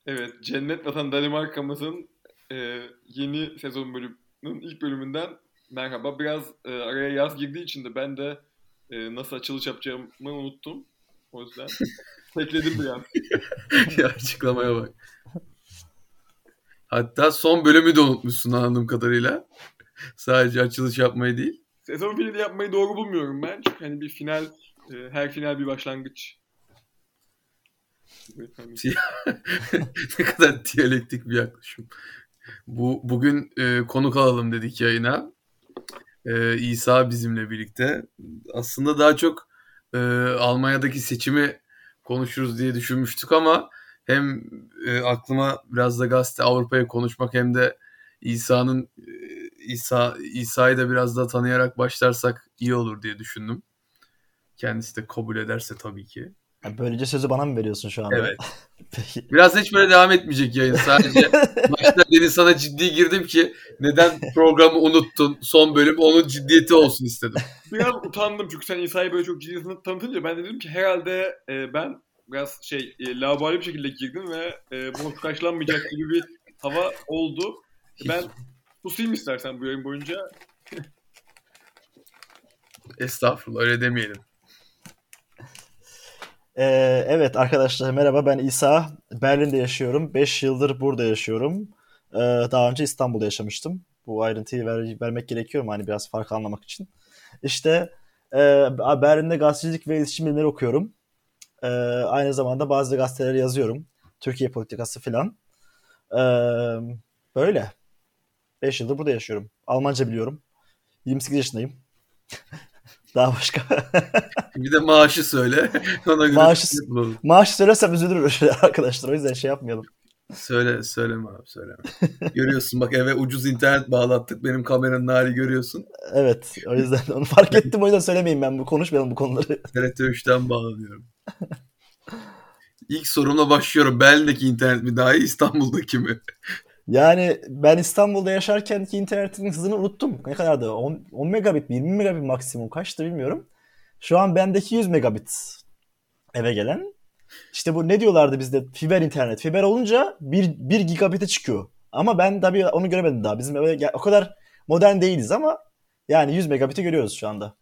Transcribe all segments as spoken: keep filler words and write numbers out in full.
Evet, Cennet Vatan Danimarka'mızın e, yeni sezon bölümünün ilk bölümünden merhaba. Biraz e, araya yaz girdiği için de ben de e, nasıl açılış yapacağımı unuttum. O yüzden tekledim biraz. Ya açıklamaya bak. Hatta son bölümü de unutmuşsun anladığım kadarıyla. Sadece açılış yapmayı değil. Sezon finali yapmayı doğru bulmuyorum ben. Çünkü hani bir final, e, her final bir başlangıç. Evet, hani Ne kadar diyalektik bir yaklaşım. Bu bugün e, konuk alalım dedik yayına. E, İsa bizimle birlikte. Aslında daha çok e, Almanya'daki seçimi konuşuruz diye düşünmüştük ama hem e, aklıma biraz da gazete Avrupa'yı konuşmak hem de İsa'nın e, İsa İsa'yı da biraz daha tanıyarak başlarsak iyi olur diye düşündüm. Kendisi de kabul ederse tabii ki. Ha, böylece sözü bana mı veriyorsun şu anda? Evet. Peki. Biraz hiç böyle devam etmeyecek yayın. Sadece başta Deniz sana ciddi girdim ki neden programı unuttun son bölüm onun ciddiyeti olsun istedim. biraz utandım çünkü sen İsa'yı böyle çok ciddi tanıtınca ben de dedim ki herhalde e, ben biraz şey e, laubali bir şekilde girdim ve e, boş karşılanmayacak gibi bir hava oldu. Ben susayım istersen bu yayın boyunca. Estağfurullah öyle demeyelim. Ee, evet arkadaşlar merhaba, ben İsa. Berlin'de yaşıyorum. beş yıldır burada yaşıyorum. Ee, daha önce İstanbul'da yaşamıştım. Bu ayrıntıyı ver- vermek gerekiyor mu hani biraz fark anlamak için. İşte e, Berlin'de gazetecilik ve iletişim bilimleri okuyorum. Ee, aynı zamanda bazı gazetelere yazıyorum. Türkiye politikası filan. Ee, böyle. beş yıldır burada yaşıyorum. Almanca biliyorum. yirmi sekiz yaşındayım. Daha başka. Bir de maaşı söyle. Ona göre Maaşı, bulalım. maaşı söylersem üzülür arkadaşlar. O yüzden şey yapmayalım. Söyle, söyleme abi söyleme. Görüyorsun bak eve ucuz internet bağlattık. Benim kameranın hali görüyorsun. Evet. O yüzden onu fark ettim. O yüzden söylemeyeyim ben. Bu konuşmayalım bu konuları. T R T üçten bağlanıyorum. İlk sorumla başlıyorum. Berlin'deki internet mi daha iyi İstanbul'daki mi? Yani ben İstanbul'da yaşarkenki internetin hızını unuttum. Ne kadardı? on, on megabit mi? yirmi megabit maksimum. Kaçtı bilmiyorum. Şu an bendeki yüz megabit eve gelen. İşte bu ne diyorlardı bizde? Fiber internet. Fiber olunca bir, bir gigabit'e çıkıyor. Ama ben tabii onu göremedim daha. Bizim eve o kadar modern değiliz ama yani yüz megabit'i görüyoruz şu anda.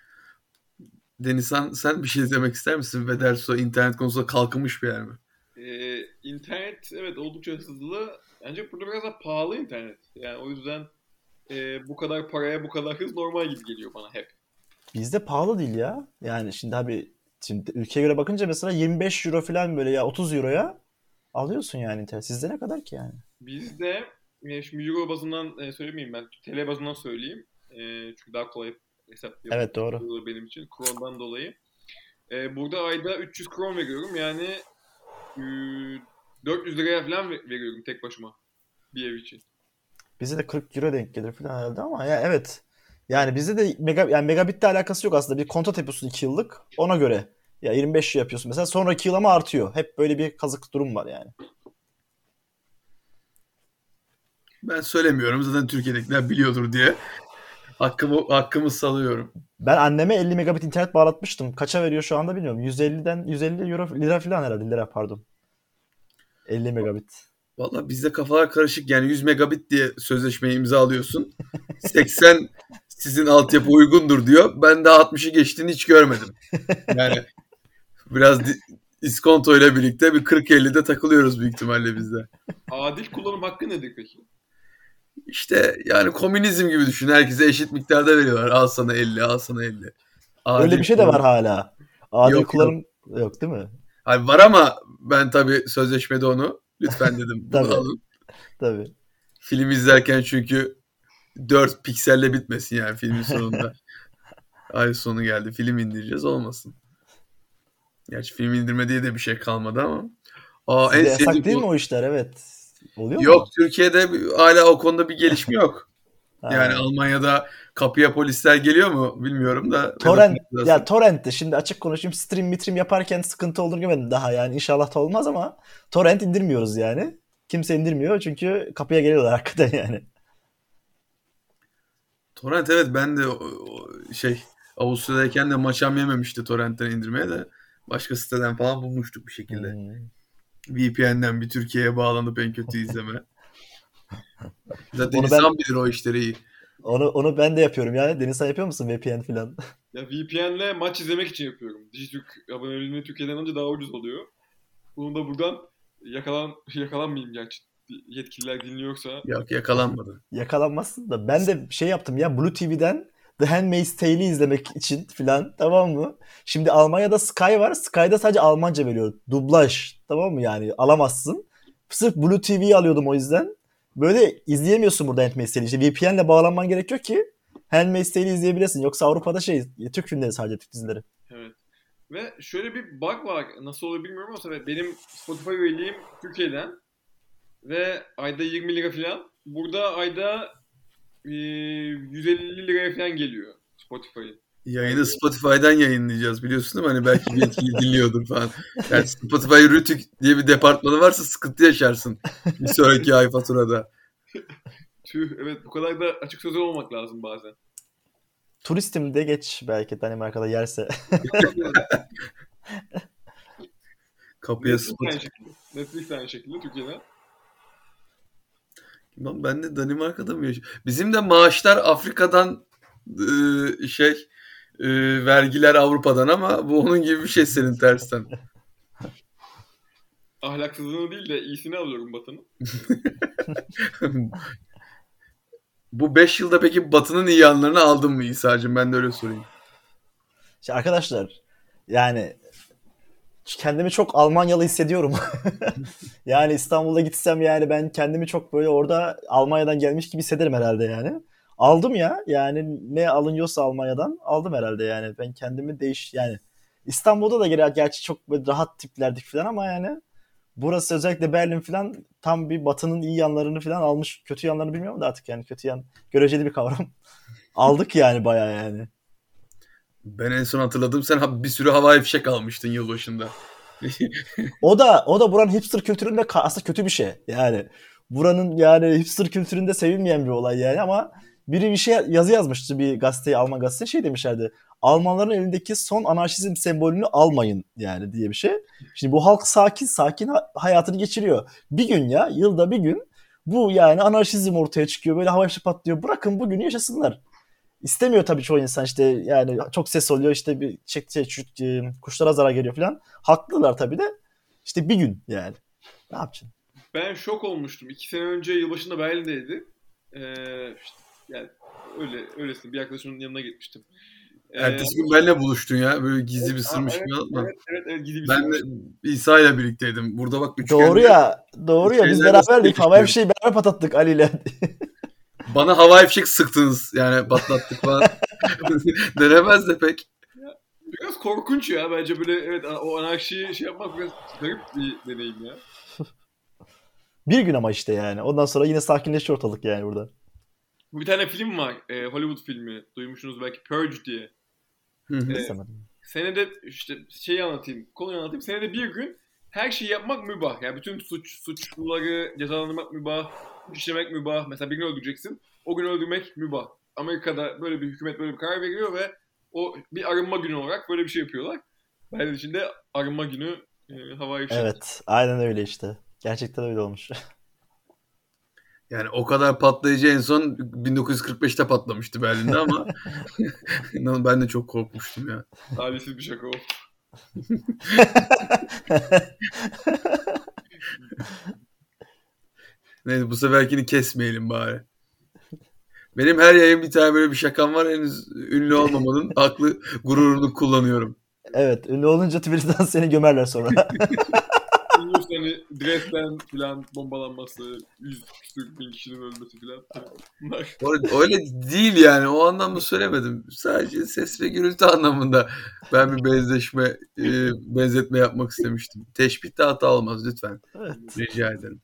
Deniz sen, sen bir şey demek ister misin? Vederso internet konusunda kalkınmış bir yer mi? Ee, internet evet oldukça hızlı. Ancak burada biraz da pahalı internet. Yani o yüzden e, bu kadar paraya bu kadar hız normal gibi geliyor bana hep. Bizde pahalı değil ya. Yani şimdi abi şimdi ülkeye göre bakınca mesela yirmi beş euro falan böyle ya otuz euroya alıyorsun yani internet. Sizde ne kadar ki yani? Bizde e, şimdi euro bazından e, söylemeyeyim ben. T L bazından söyleyeyim. E, çünkü daha kolay hesaplayalım. Evet doğru. Olur benim için. Kron'dan dolayı. E, burada ayda üç yüz kron veriyorum. Yani e, dört yüz liraya falan ve- veriyorum tek başıma bir ev için. Bize de kırk euro denk gelir falan herhalde ama ya evet. Yani bizde de mega, yani megabitle alakası yok aslında. Bir kontrat yapıyorsun iki yıllık. Ona göre ya yirmi beş yapıyorsun mesela. Sonraki yıl ama artıyor. Hep böyle bir kazık durum var yani. Ben söylemiyorum. Zaten Türkiye'dekiler biliyordur diye. Hakkımı, hakkımı salıyorum. Ben anneme elli megabit internet bağlatmıştım. Kaça veriyor şu anda bilmiyorum. yüz elliden yüz elli euro lira falan herhalde. Lira pardon. elli megabit. Valla bizde kafalar karışık. Yani yüz megabit diye sözleşmeyi imzalıyorsun. seksen sizin altyapı uygundur diyor. Ben daha altmışı geçtiğini hiç görmedim. Yani biraz di- iskonto ile birlikte bir kırk ellide takılıyoruz büyük ihtimalle bizde. Adil kullanım hakkı nedir peki? İşte yani komünizm gibi düşün. Herkese eşit miktarda veriyorlar. Al sana elli, al sana elli. Öyle Adil bir şey de var kullanım. hala. Adil Yok yok. kullanım yok değil mi? Hani var ama ben tabii sözleşmede onu lütfen dedim. Bunu Tabii. alın. Tabii. Film izlerken çünkü dört pikselle bitmesin yani filmin sonunda. Ay sonu geldi. Film indireceğiz olmasın. Gerçi film indirme diye de bir şey kalmadı ama. Aa, en Sizde yasak sevdiğim değil mi konu. o işler? Evet. Oluyor Yok mu? Türkiye'de bir- hala o konuda bir gelişme yok. Yani Ha. Almanya'da kapıya polisler geliyor mu bilmiyorum da. Ya da Torrent ya nasıl? torrentte şimdi açık konuşayım, stream mitrim yaparken sıkıntı olduğunu görmedim daha, yani inşallah da olmaz ama torrent indirmiyoruz yani. Kimse indirmiyor çünkü kapıya geliyorlar hakikaten yani. Torrent evet ben de o- o şey Avusturya'dayken de maçam yememişti torrentten indirmeye de. Başka siteden falan bulmuştuk bir şekilde. Hmm. V P N'den bir Türkiye'ye bağlanıp en kötü izleme. Zaten Onu insan ben bilir o işleri iyi. onu onu ben de yapıyorum yani. Deniz sen yapıyor musun V P N falan? Ya V P N'le maç izlemek için yapıyorum. Dijitürk aboneliğini Türkiye'den alınca daha ucuz oluyor. Bunu da buradan yakalan yakalanmayayım gerçi. Yetkililer dinliyorsa. Yok, yakalanmadı. Yakalanmazsın da. Ben de şey yaptım ya, Blue T V'den The Handmaid's Tale'i izlemek için filan, tamam mı? Şimdi Almanya'da Sky var. Sky'da sadece Almanca veriyor. Dublaj, tamam mı, yani alamazsın. Sırf Blue T V'yi alıyordum o yüzden. Böyle izleyemiyorsun burada Handmaid's Tale'i. İşte V P N'le bağlanman gerekiyor ki Handmaid's Tale'i izleyebilesin. Yoksa Avrupa'da şey, Türk filmleri sadece, Türk dizileri. Evet. Ve şöyle bir bug var. Nasıl oluyor bilmiyorum ama benim Spotify üyeliğim Türkiye'den. Ve ayda yirmi lira falan. Burada ayda e, yüz elli liraya falan geliyor Spotify'ın. Yayını Spotify'dan yayınlayacağız biliyorsun değil mi? Hani belki bir yetkili dinliyordur falan. Yani Spotify Rütük diye bir departmanı varsa sıkıntı yaşarsın bir sonraki ay faturada. Tüh, evet, bu kadar da açık sözlü olmak lazım bazen. Turistim de geç belki Danimarka'da yerse. Kapıya Netflix Spotify. aynı şekilde. Netflix aynı şekilde Türkiye'de. Lan ben de Danimarka'da mı yaşıyorum? Bizim de maaşlar Afrika'dan e, şey e, vergiler Avrupa'dan ama bu onun gibi bir şey senin tersten. Ahlaksızlığını değil de iyisini alıyorum Batı'nın. Bu beş yılda peki Batı'nın iyi yanlarını aldın mı İsa'cığım? Ben de öyle sorayım. İşte arkadaşlar, yani kendimi çok Almanyalı hissediyorum. Yani İstanbul'a gitsem yani ben kendimi çok böyle orada Almanya'dan gelmiş gibi hissederim herhalde yani. Aldım ya, yani ne alınıyorsa Almanya'dan aldım herhalde yani. Ben kendimi değiş yani, İstanbul'da da ger- gerçi çok böyle rahat tiplerdik falan ama yani burası, özellikle Berlin falan, tam bir Batı'nın iyi yanlarını falan almış. Kötü yanlarını bilmiyorum da artık, yani kötü yan göreceli bir kavram. Aldık yani bayağı yani. Ben en son hatırladım, sen bir sürü havai fişek almıştın yılbaşında. O da o da buranın hipster kültüründe ka- aslında kötü bir şey. Yani buranın yani hipster kültüründe sevilmeyen bir olay yani, ama biri bir şey yazı yazmıştı, bir gazeteye, Alman gazeteye, şey demişlerdi. Almanların elindeki son anarşizm sembolünü almayın yani, diye bir şey. Şimdi bu halk sakin sakin ha- hayatını geçiriyor. Bir gün, ya yılda bir gün bu yani anarşizm ortaya çıkıyor. Böyle havai fişek patlıyor. Bırakın bugünü yaşasınlar. İstemiyor tabii çoğu insan, işte yani çok ses oluyor, işte bir şey, şey, şu- e, kuşlara zarar geliyor falan. Haklılar tabii de, işte bir gün yani. Ne yapacaksın? Ben şok olmuştum. İki sene önce yılbaşında Berlin'deydi. Ee, işte, yani öyle öylesine bir arkadaşımın yanına gitmiştim. Ee, Ertesi gün benimle buluştun ya. Böyle gizli bir aa, sırmış evet, gibi anlatma. evet, evet, evet, gizli bir Ben de sürü. İsa ile birlikteydim. Burada bak üçgende. Doğru ya. Doğru ya. Biz Şeyler nasıl beraberdik. Havai yetişiyor? fişeği beraber patlattık Ali ile. Bana havai fişek sıktınız. Yani patlattık falan. Denemez de pek. Biraz korkunç ya. Bence böyle, evet, o anarşiyi şey yapmak biraz garip bir deneyim ya. Bir gün ama işte yani. Ondan sonra yine sakinleşiyor ortalık yani burada. Bir tane film var. e, Hollywood filmi. Duymuşsunuz belki, Purge diye. Hı hı. E, İstemedim. senede işte şeyi anlatayım. Konuyu anlatayım. Senede bir gün her şeyi yapmak mübah. Yani bütün suç suçluları cezalandırmak mübah. Suç işlemek mübah. Mesela birini öldüreceksin. O gün öldürmek mübah. Amerika'da böyle bir hükümet böyle bir karar veriyor ve o bir arınma günü olarak böyle bir şey yapıyorlar. Berlin içinde arınma günü e, havai fişek. Evet. Aynen öyle işte. Gerçekten öyle olmuş. Yani o kadar patlayıcı en son bin dokuz yüz kırk beşte patlamıştı Berlin'de ama ben de çok korkmuştum ya. Talihsiz bir şaka o. Neyse, bu seferkini kesmeyelim bari. Benim her yayın bir tane böyle bir şakam var. Henüz ünlü olmamanın aklı gururunu kullanıyorum. Evet. Ünlü olunca Twitter'dan seni gömerler sonra. Biliyorsun hani Dresden falan bombalanması, yüz küsür bin kişinin ölmesi falan. Bunlar. O- Öyle değil yani. O anlamda söylemedim. Sadece ses ve gürültü anlamında ben bir benzeşme, e, benzetme yapmak istemiştim. Teşbih de hata olmaz lütfen. Evet. Rica ederim.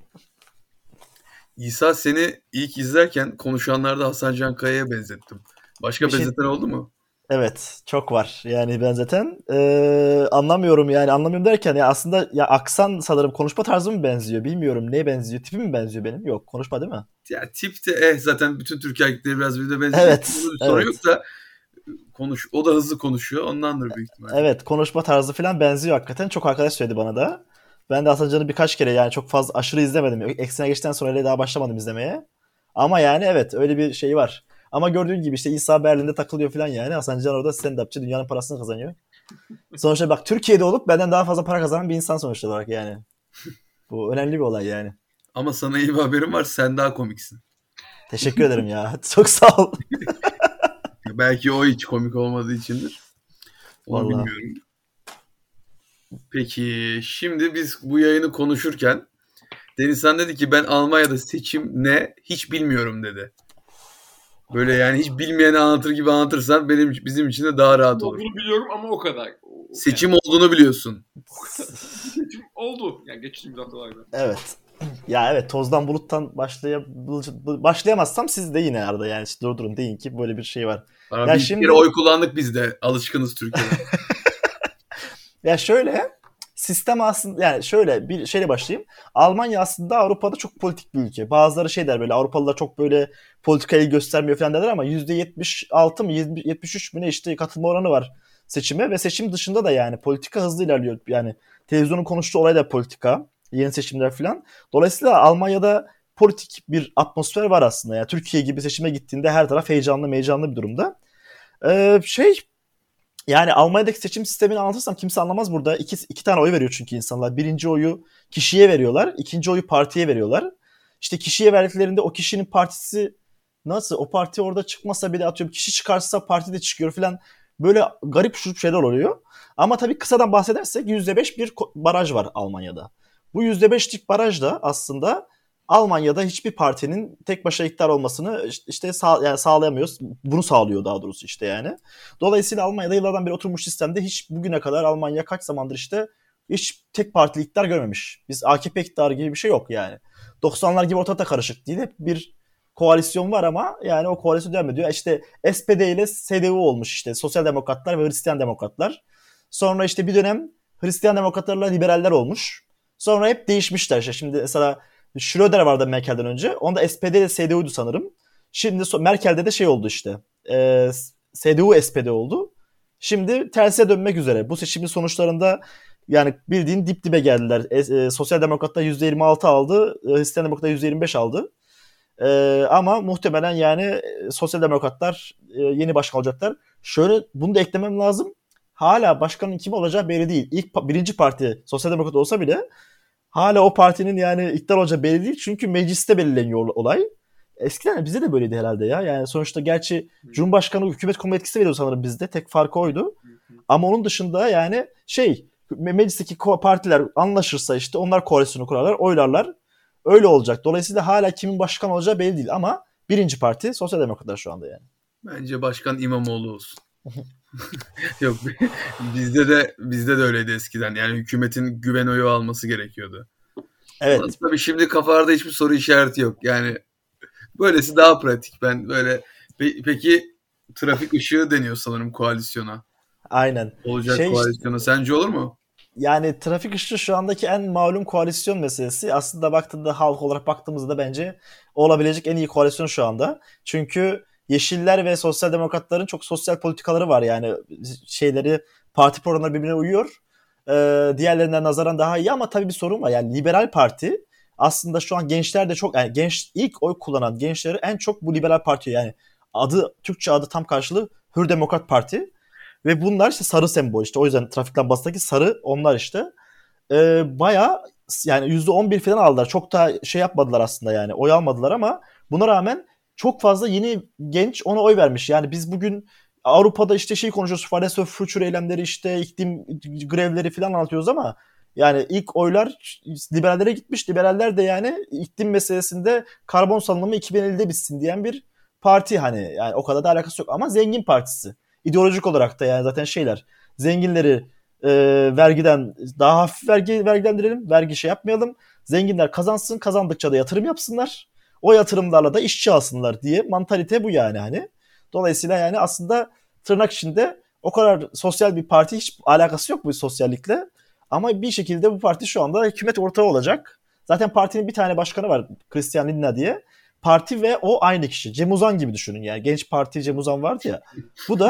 İsa, seni ilk izlerken konuşanlarda Hasan Can Kaya'ya benzettim. Başka Bir şey- benzeten oldu mu? Evet, çok var yani benzeten. Ee, anlamıyorum yani, anlamıyorum derken ya aslında ya aksan, sanırım konuşma tarzı mı benziyor bilmiyorum, neye benziyor, tipi mi benziyor benim? Yok, konuşma değil mi? Ya tip de eh, zaten bütün Türk erkekleri biraz birbirine benziyor. Evet, Bunun bir sorun evet. yok da konuş, o da hızlı konuşuyor. Ondandır büyük ihtimalle. Evet, konuşma tarzı falan benziyor hakikaten. Çok arkadaş söyledi bana da. Ben de Hasan Can'ı birkaç kere yani çok fazla aşırı izlemedim. Eksine geçtikten sonra öyle daha başlamadım izlemeye. Ama yani evet öyle bir şey var. Ama gördüğün gibi işte İsa Berlin'de takılıyor falan yani. Hasan Can orada stand-upçı dünyanın parasını kazanıyor. Sonuçta bak Türkiye'de olup benden daha fazla para kazanan bir insan sonuçta olarak yani. Bu önemli bir olay yani. Ama sana iyi bir haberim var. Sen daha komiksin. Teşekkür ederim ya. Çok sağ ol. Belki o hiç komik olmadığı içindir. Onu Vallahi. bilmiyorum. Peki şimdi biz bu yayını konuşurken Denizhan dedi ki ben Almanya'da seçim ne hiç bilmiyorum dedi. Böyle yani hiç bilmeyeni anlatır gibi anlatırsan benim bizim için de daha rahat olur. Bunu biliyorum ama o kadar. Seçim yani, olduğunu biliyorsun. Seçim oldu. Yani geçtiğimiz haftalarda. Evet. Ya evet tozdan buluttan başlaya başlayamazsam siz de yine arada yani işte durdurun deyin ki böyle bir şey var. Abi ya bir şimdi... kere oy kullandık biz de. Alışkınız Türkiye'de. Ya şöyle sistem aslında yani şöyle bir şeyle başlayayım. Almanya aslında Avrupa'da çok politik bir ülke. Bazıları şey der böyle Avrupalılar çok böyle politikayı göstermiyor falan derler ama yüzde yetmiş altı mı yetmiş üç mü ne işte katılma oranı var seçime ve seçim dışında da yani politika hızlı ilerliyor. Yani televizyonun konuştuğu olay da politika, yeni seçimler falan. Dolayısıyla Almanya'da politik bir atmosfer var aslında. Yani Türkiye gibi seçime gittiğinde her taraf heyecanlı heyecanlı bir durumda. Ee, şey Yani Almanya'daki seçim sistemini anlatırsam kimse anlamaz burada. İki, iki tane oy veriyor çünkü insanlar. Birinci oyu kişiye veriyorlar. İkinci oyu partiye veriyorlar. İşte kişiye verdiklerinde o kişinin partisi nasıl? O parti orada çıkmasa bile atıyorum kişi çıkarsa parti de çıkıyor falan. Böyle garip şurup şeyler oluyor. Ama tabii kısadan bahsedersek yüzde beş bir baraj var Almanya'da. Bu yüzde beşlik baraj da aslında Almanya'da hiçbir partinin tek başına iktidar olmasını işte sağ, yani sağlayamıyoruz. Bunu sağlıyor daha doğrusu işte yani. Dolayısıyla Almanya'da yıllardan beri oturmuş sistemde hiç bugüne kadar Almanya kaç zamandır işte hiç tek partili iktidar görmemiş. Biz A K P iktidarı gibi bir şey yok yani. doksanlar gibi ortada karışık değil. Hep bir koalisyon var ama yani o koalisyon devam ediyor. İşte S P D ile S D U olmuş işte Sosyal Demokratlar ve Hristiyan Demokratlar. Sonra işte bir dönem Hristiyan Demokratlarla liberaller olmuş. Sonra hep değişmişler işte. Şimdi mesela Schröder vardı Merkel'den önce. Onda S P D ile S D U'ydu sanırım. Şimdi Merkel'de de şey oldu işte. E, S D U S P D oldu. Şimdi tersine dönmek üzere. Bu seçimin sonuçlarında yani bildiğin dip dibe geldiler. E, e, Sosyal Demokratlar yüzde yirmi altı aldı. E, Hristiyan Demokratlar yüzde yirmi beş aldı. E, ama muhtemelen yani e, Sosyal Demokratlar e, yeni başkan olacaklar. Şöyle bunu da eklemem lazım. Hala başkanın kim olacağı belli değil. İlk birinci parti Sosyal Demokrat olsa bile hala o partinin yani iktidar olacağı belli değil. Çünkü mecliste belirleniyor olay. Eskiden bize de böyleydi herhalde ya. Yani sonuçta gerçi Cumhurbaşkanı hükümet kurma etkisi veriyordu sanırım bizde. Tek farkı oydu. Ama onun dışında yani şey meclisteki partiler anlaşırsa işte onlar koalisyonu kurarlar, oylarlar. Öyle olacak. Dolayısıyla hala kimin başkan olacağı belli değil. Ama birinci parti Sosyal Demokratlar şu anda yani. Bence başkan İmamoğlu olsun. Yok bizde de bizde de öyleydi eskiden. Yani hükümetin güven oyu alması gerekiyordu. Evet. Ama tabii şimdi kafalarda hiçbir soru işareti yok. Yani böylesi daha pratik. Ben böyle pe- peki trafik ışığı deniyor sanırım koalisyona. Aynen. Olacak şey koalisyona. Işte, sence olur mu? Yani trafik ışığı şu andaki en malum koalisyon meselesi. Aslında baktığında halk olarak baktığımızda bence olabilecek en iyi koalisyon şu anda. Çünkü Yeşiller ve Sosyal Demokratların çok sosyal politikaları var yani şeyleri parti programları birbirine uyuyor. Ee, diğerlerinden nazaran daha iyi ama tabii bir sorun var. Yani Liberal Parti aslında şu an gençler de çok yani genç ilk oy kullanan gençleri en çok bu Liberal Parti yani adı Türkçe adı tam karşılığı Hür Demokrat Parti ve bunlar işte sarı sembol işte o yüzden trafik lambasındaki sarı onlar işte. Ee, bayağı yani yüzde on bir falan aldılar. Çok da şey yapmadılar aslında yani oy almadılar ama buna rağmen çok fazla yeni genç ona oy vermiş. Yani biz bugün Avrupa'da işte şey konuşuyoruz. Fridays for Future eylemleri işte iklim grevleri falan anlatıyoruz ama yani ilk oylar liberallere gitmiş. Liberaller de yani iklim meselesinde karbon salınımı iki bin ellide bitsin diyen bir parti hani. Yani o kadar da alakası yok ama zengin partisi. İdeolojik olarak da yani zaten şeyler. Zenginleri e, vergiden daha hafif vergi vergilendirelim. Vergi şey yapmayalım. Zenginler kazansın. Kazandıkça da yatırım yapsınlar. O yatırımlarla da işçi alsınlar diye mantalite bu yani hani. Dolayısıyla yani aslında tırnak içinde o kadar sosyal bir parti hiç alakası yok bu sosyallikle. Ama bir şekilde bu parti şu anda hükümet ortağı olacak. Zaten partinin bir tane başkanı var Christian Lindner diye. Parti ve o aynı kişi. Cem Uzan gibi düşünün yani. Genç Parti Cem Uzan vardı ya. Bu da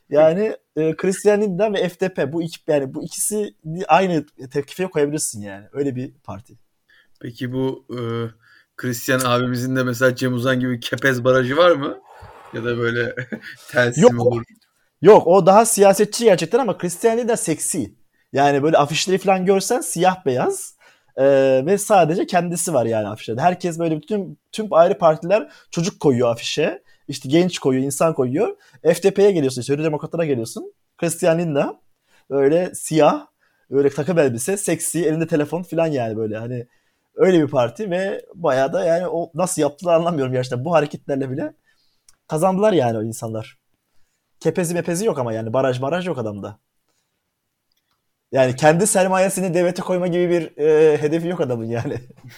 Yani e, Christian Lindner ve F D P bu iki yani bu ikisi aynı tepkiye koyabilirsin yani. Öyle bir parti. Peki bu e, Christian abimizin de mesela Cem Uzan gibi Kepez Barajı var mı? Ya da böyle Telsim Yok. olur. Yok o daha siyasetçi gerçekten ama Christian Lindner seksi. Yani böyle afişleri falan görsen siyah beyaz. Ee, ve sadece kendisi var yani afişlerde. Herkes böyle bütün tüm ayrı partiler çocuk koyuyor afişe. İşte genç koyuyor, insan koyuyor. F D P'ye geliyorsun, işte Hürriyet Demokratlara geliyorsun. Christian Lindner böyle siyah, böyle takım elbise, seksi, elinde telefon falan yani böyle hani öyle bir parti ve bayağı da yani o nasıl yaptılar anlamıyorum gerçekten. Bu hareketlerle bile kazandılar yani o insanlar. Kepezi mepezi yok ama yani baraj baraj yok adamda. Yani kendi sermayesini devlete koyma gibi bir e, hedefi yok adamın yani.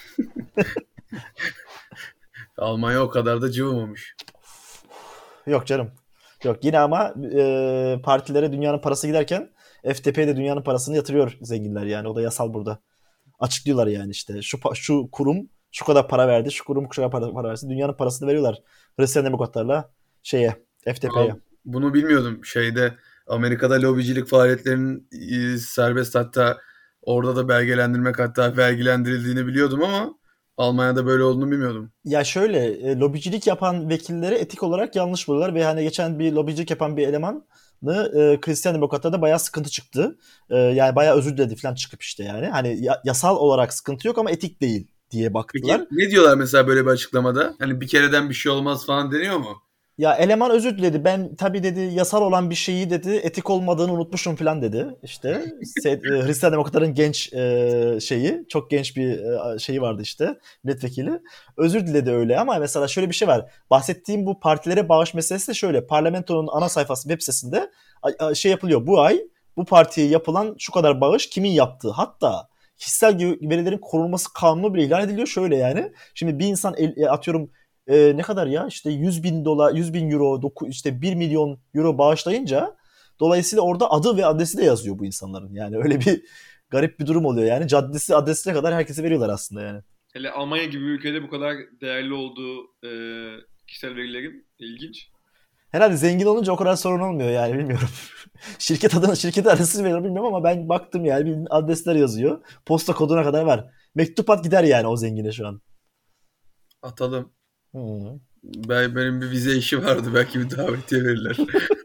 Almanya o kadar da cıvımamış. Yok canım. Yok yine ama e, partilere dünyanın parası giderken F D P'ye de dünyanın parasını yatırıyor zenginler yani. O da yasal burada. Açıklıyorlar yani işte. Şu şu kurum şu kadar para verdi. Şu kurum şu kadar para, para versin. Dünyanın parasını veriyorlar. Hristiyan demokratlarla şeye F D P'ye. Bunu bilmiyordum. Şeyde Amerika'da lobicilik faaliyetlerinin e, serbest, hatta orada da belgelendirmek, hatta vergilendirildiğini biliyordum ama Almanya'da böyle olduğunu bilmiyordum. Ya şöyle e, lobicilik yapan vekilleri etik olarak yanlış buluyorlar ve hani geçen bir lobicilik yapan bir elemanı e, Hristiyan Demokratlar'da bayağı sıkıntı çıktı. E, yani bayağı özür diledi falan çıkıp işte yani. Hani ya, yasal olarak sıkıntı yok ama etik değil diye baktılar. Peki ne diyorlar mesela böyle bir açıklamada? Hani bir kereden bir şey olmaz falan deniyor mu? Ya eleman özür diledi. Ben tabii dedi yasal olan bir şeyi dedi etik olmadığını unutmuşum falan dedi. İşte Se- e, Hristiyan Demokratların genç e, şeyi çok genç bir e, şeyi vardı işte milletvekili. Özür diledi öyle ama mesela şöyle bir şey var. Bahsettiğim bu partilere bağış meselesi de şöyle. Parlamentonun ana sayfası web sitesinde a- a- şey yapılıyor. Bu ay bu partiye yapılan şu kadar bağış kimin yaptığı. Hatta kişisel verilerin korunması kanunu bile ilan ediliyor şöyle yani. Şimdi bir insan el, atıyorum e, ne kadar ya işte yüz bin dolar, yüz bin euro, doku, işte bir milyon euro bağışlayınca dolayısıyla orada adı ve adresi de yazıyor bu insanların. Yani öyle bir garip bir durum oluyor yani. Caddesi, adresine kadar herkese veriyorlar aslında yani. Hele Almanya gibi bir ülkede bu kadar değerli olduğu e, kişisel verilerin ilginç. Herhalde zengin olunca o kadar sorun olmuyor yani bilmiyorum. Şirket adına şirket adresi veriyor bilmiyorum ama ben baktım yani bir adresler yazıyor. Posta koduna kadar var. Mektup at gider yani o zengine şu an. Atalım. Hmm. Ben, benim bir vize işi vardı. Belki bir davetiye verirler.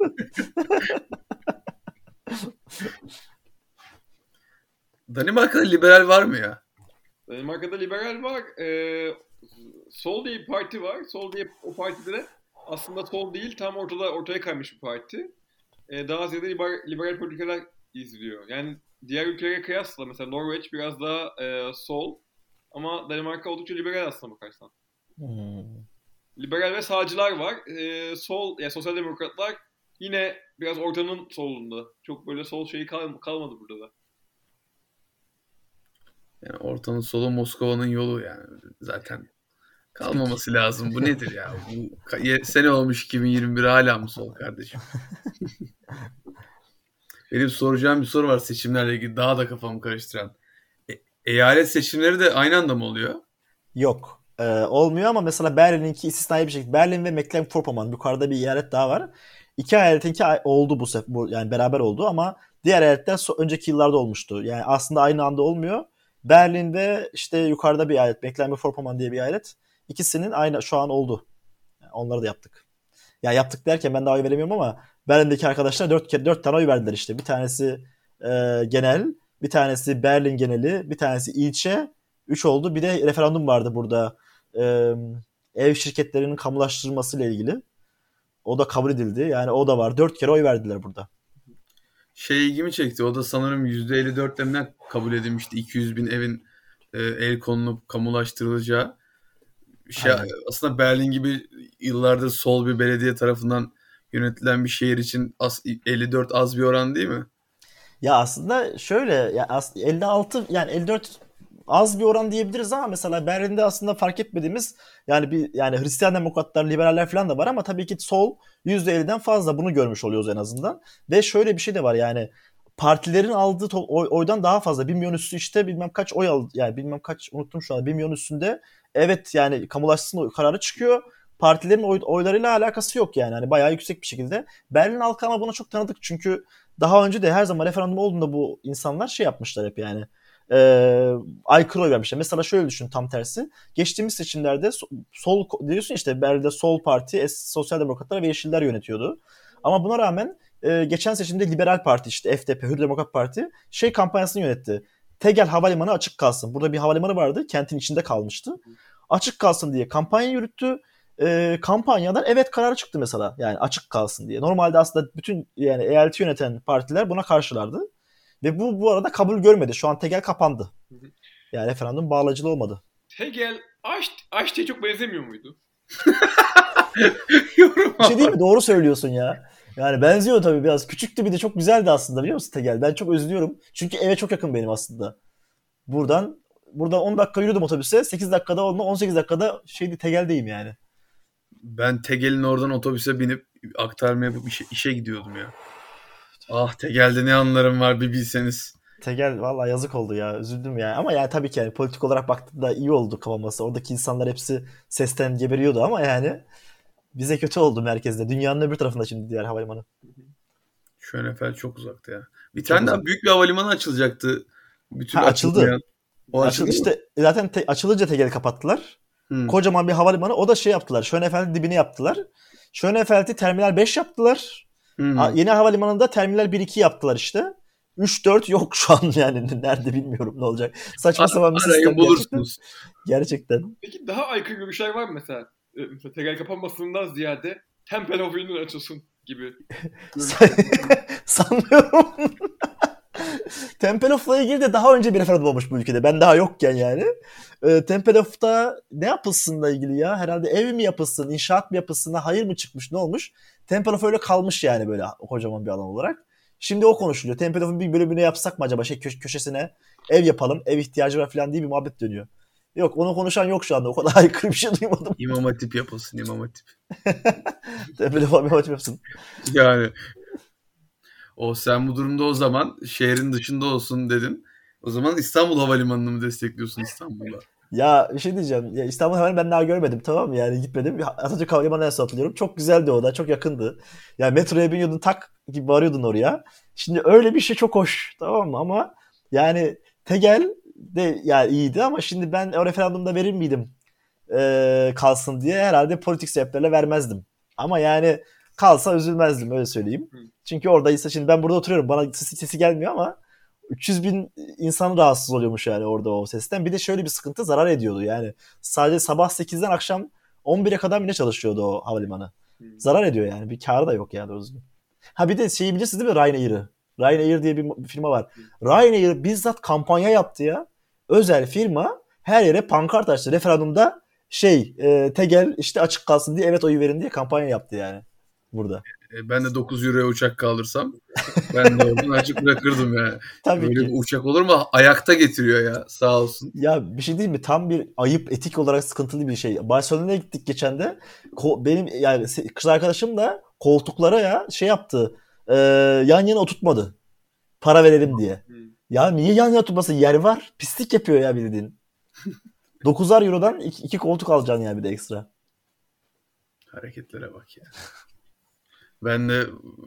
Danimarka'da liberal var mı ya? Danimarka'da liberal var. E, Sol diye bir parti var. Sol diye o partide de aslında sol değil tam ortada ortaya kaymış bir parti. E, daha ziyade liberal, liberal politikalar izliyor. Yani diğer ülkelere kıyasla mesela Norveç biraz daha e, sol ama Danimarka oldukça liberal aslında bakarsan. Hmm. Liberal ve sağcılar var. E, sol, yani sosyal demokratlar yine biraz ortanın solunda. Çok böyle sol şeyi kal- kalmadı burada da. Yani ortanın solu Moskova'nın yolu yani. Zaten kalmaması lazım. Bu nedir ya? Bu sene olmuş iki bin yirmi bir, hala mı sol kardeşim? Benim soracağım bir soru var seçimlerle ilgili, daha da kafamı karıştıran. E, eyalet seçimleri de aynı anda mı oluyor? Yok. Ee, olmuyor ama mesela Berlin'inki istisnai bir şekilde. Berlin ve Mecklenburg-Vorpommern yukarıda bir eyalet daha var. İki eyaletinki oldu bu sefer bu, yani beraber oldu ama diğer eyaletler so- önceki yıllarda olmuştu. Yani aslında aynı anda olmuyor. Berlin ve işte yukarıda bir eyalet Mecklenburg-Vorpommern diye bir eyalet. İkisinin aynı şu an oldu. Yani onları da yaptık. Ya yaptık derken ben daha oy veremiyorum ama Berlin'deki arkadaşlar dört kere dört tane oy verdiler işte. Bir tanesi e, genel, bir tanesi Berlin geneli, bir tanesi ilçe. Üç oldu. Bir de referandum vardı burada. E, ev şirketlerinin kamulaştırılması ile ilgili. O da kabul edildi. Yani o da var. Dört kere oy verdiler burada. Şey ilgimi çekti. O da sanırım yüzde elli dörtlerinden kabul edilmişti. iki yüz bin evin e, el konulup kamulaştırılacağı. Şey, aslında Berlin gibi yıllardır sol bir belediye tarafından yönetilen bir şehir için as, elli dört az bir oran değil mi? Ya aslında şöyle ya as- elli altı yani elli dört az bir oran diyebiliriz ama mesela Berlin'de aslında fark etmediğimiz yani bir yani Hristiyan demokratlar, liberaller falan da var ama tabii ki sol yüzde elliden fazla bunu görmüş oluyoruz en azından. Ve şöyle bir şey de var yani partilerin aldığı to- oy, oydan daha fazla. Bir milyon üstü işte bilmem kaç oy aldı yani bilmem kaç unuttum şu an bir milyon üstünde evet yani kamulaştırma kararı çıkıyor. partilerin oy, oylarıyla alakası yok yani. Hani bayağı yüksek bir şekilde. Berlin halkı ama buna çok tanıdık çünkü daha önce de her zaman referandum olduğunda bu insanlar şey yapmışlar hep yani. Ee, aykırı oy vermişler. Mesela şöyle düşün, tam tersi. Geçtiğimiz seçimlerde sol diyorsun işte, Berlin'de sol parti, Sosyal Demokratlar ve Yeşiller yönetiyordu. Ama buna rağmen e, geçen seçimde Liberal Parti, işte F D P, Hür Demokrat Parti şey kampanyasını yönetti. Tegel Havalimanı açık kalsın. Burada bir havalimanı vardı. Kentin içinde kalmıştı. Açık kalsın diye kampanya yürüttü. E, kampanyadan evet kararı çıktı mesela. Yani açık kalsın diye. Normalde aslında bütün yani eyaleti yöneten partiler buna karşılardı. Ve bu bu arada kabul görmedi. Şu an Tegel kapandı. Yani referandum bağlayıcılı olmadı. Tegel Aşti'ye çok benzemiyor muydu? Bir şey değil mi? Doğru söylüyorsun ya. Yani benziyor tabii biraz. Küçüktü, bir de çok güzeldi aslında, biliyor musun Tegel? Ben çok özlüyorum. Çünkü eve çok yakın benim aslında. Buradan buradan on dakika yürüdüm otobüse. sekiz dakikada onunla on sekiz dakikada şeydi, Tegel'deyim yani. Ben Tegel'in oradan otobüse binip aktarma yapıp işe, işe gidiyordum ya. Ah, Tegel'de ne anlarım var bir bilseniz. Tegel vallahi yazık oldu ya. Üzüldüm yani. Ama yani tabii ki yani politik olarak baktığında iyi oldu kapanması. Oradaki insanlar hepsi sesten geberiyordu ama yani bize kötü oldu merkezde. Dünyanın öbür tarafında şimdi diğer havalimanı. Schönefeld çok uzakta ya. Bir Çok tane uzak. daha büyük bir havalimanı açılacaktı. Bütün Ha, açıldı. açılmayan. O Açıldı açıldı işte, zaten te- açılınca Tegel'i kapattılar. Hmm. Kocaman bir havalimanı. O da şey yaptılar. Schönefeld'in dibine yaptılar. Schönefeld'i Terminal beş yaptılar. Hmm. A- Yeni havalimanında Terminal bir iki yaptılar işte. üç dört yok şu an yani. Nerede bilmiyorum ne olacak. Saçma sapan bir sistem Arayın gerçekten. bulursunuz. Gerçekten. Peki daha aykırı görüşler var mı mesela? Ee, mesela Tegel kapanmasından ziyade Tempelhof'un açılsın gibi. Sanmıyorum. Tempelhof'la ilgili de daha önce bir referandum olmuş bu ülkede. Ben daha yokken yani. E, Tempelhof'ta ne yapılsınla ilgili ya? Herhalde ev mi yapılsın, inşaat mı yapılsın, hayır mı çıkmış, ne olmuş? Tempelhof öyle kalmış yani, böyle kocaman bir alan olarak. Şimdi o konuşuluyor. Tempelhof'un bir bölümünü yapsak mı acaba, şey kö- köşesine ev yapalım, ev ihtiyacı var falan diye bir muhabbet dönüyor. Yok, onu konuşan yok şu anda. O kadar aykırı bir şey duymadım. İmam Hatip yapılsın, İmam Hatip. Tempelhof'a bir muhabbet yapsın. Yani o sen bu durumda o zaman şehrin dışında olsun dedin. O zaman İstanbul Havalimanı'nı mı destekliyorsun, İstanbul'da? Ya bir şey diyeceğim. Ya İstanbul Havalimanı ben daha görmedim, tamam mı? Yani gitmedim. Atatürk Havalimanı'na hatırlıyorum. Çok güzeldi o da. Çok yakındı. Yani metroya biniyordun, tak gibi varıyordun oraya. Şimdi öyle bir şey çok hoş. Tamam mı? Ama yani Tegel de yani iyiydi ama şimdi ben o referandumda verir miydim ee, kalsın diye? Herhalde politik sebeplerle vermezdim. Ama yani kalsa üzülmezdim, öyle söyleyeyim. Çünkü oradaysa, şimdi ben burada oturuyorum. Bana sesi, sesi gelmiyor ama üç yüz bin insan rahatsız oluyormuş yani orada o sesten. Bir de şöyle bir sıkıntı, zarar ediyordu yani. Sadece sabah sekizden akşam on bire kadar bile çalışıyordu o havalimanı. Hmm. Zarar ediyor yani. Bir kârı da yok yani doğru düzgün. Ha bir de şeyi bilirsiniz değil mi, Ryanair'ı? Ryanair diye bir firma var. Ryanair bizzat kampanya yaptı ya. Özel firma her yere pankart açtı. Referandumda şey e, Tegel işte açık kalsın diye evet oyu verin diye kampanya yaptı yani burada. E, ben de dokuz euroya uçak kaldırsam ben de oradan açık bırakırdım yani. Tabii Böyle ki. bir uçak olur mu? Ayakta getiriyor ya, sağ olsun. Ya bir şey değil mi? Tam bir ayıp, etik olarak sıkıntılı bir şey. Barcelona'ya gittik geçen de. Ko- benim yani se- kız arkadaşım da koltuklara ya şey yaptı. E, yan yana oturtmadı. Para verelim diye. Hmm. Ya niye yan yana oturmasın? Yer var. Pislik yapıyor ya bildiğin. dokuzar eurodan iki, iki koltuk alacaksın ya bir de ekstra. Hareketlere bak ya. Ben de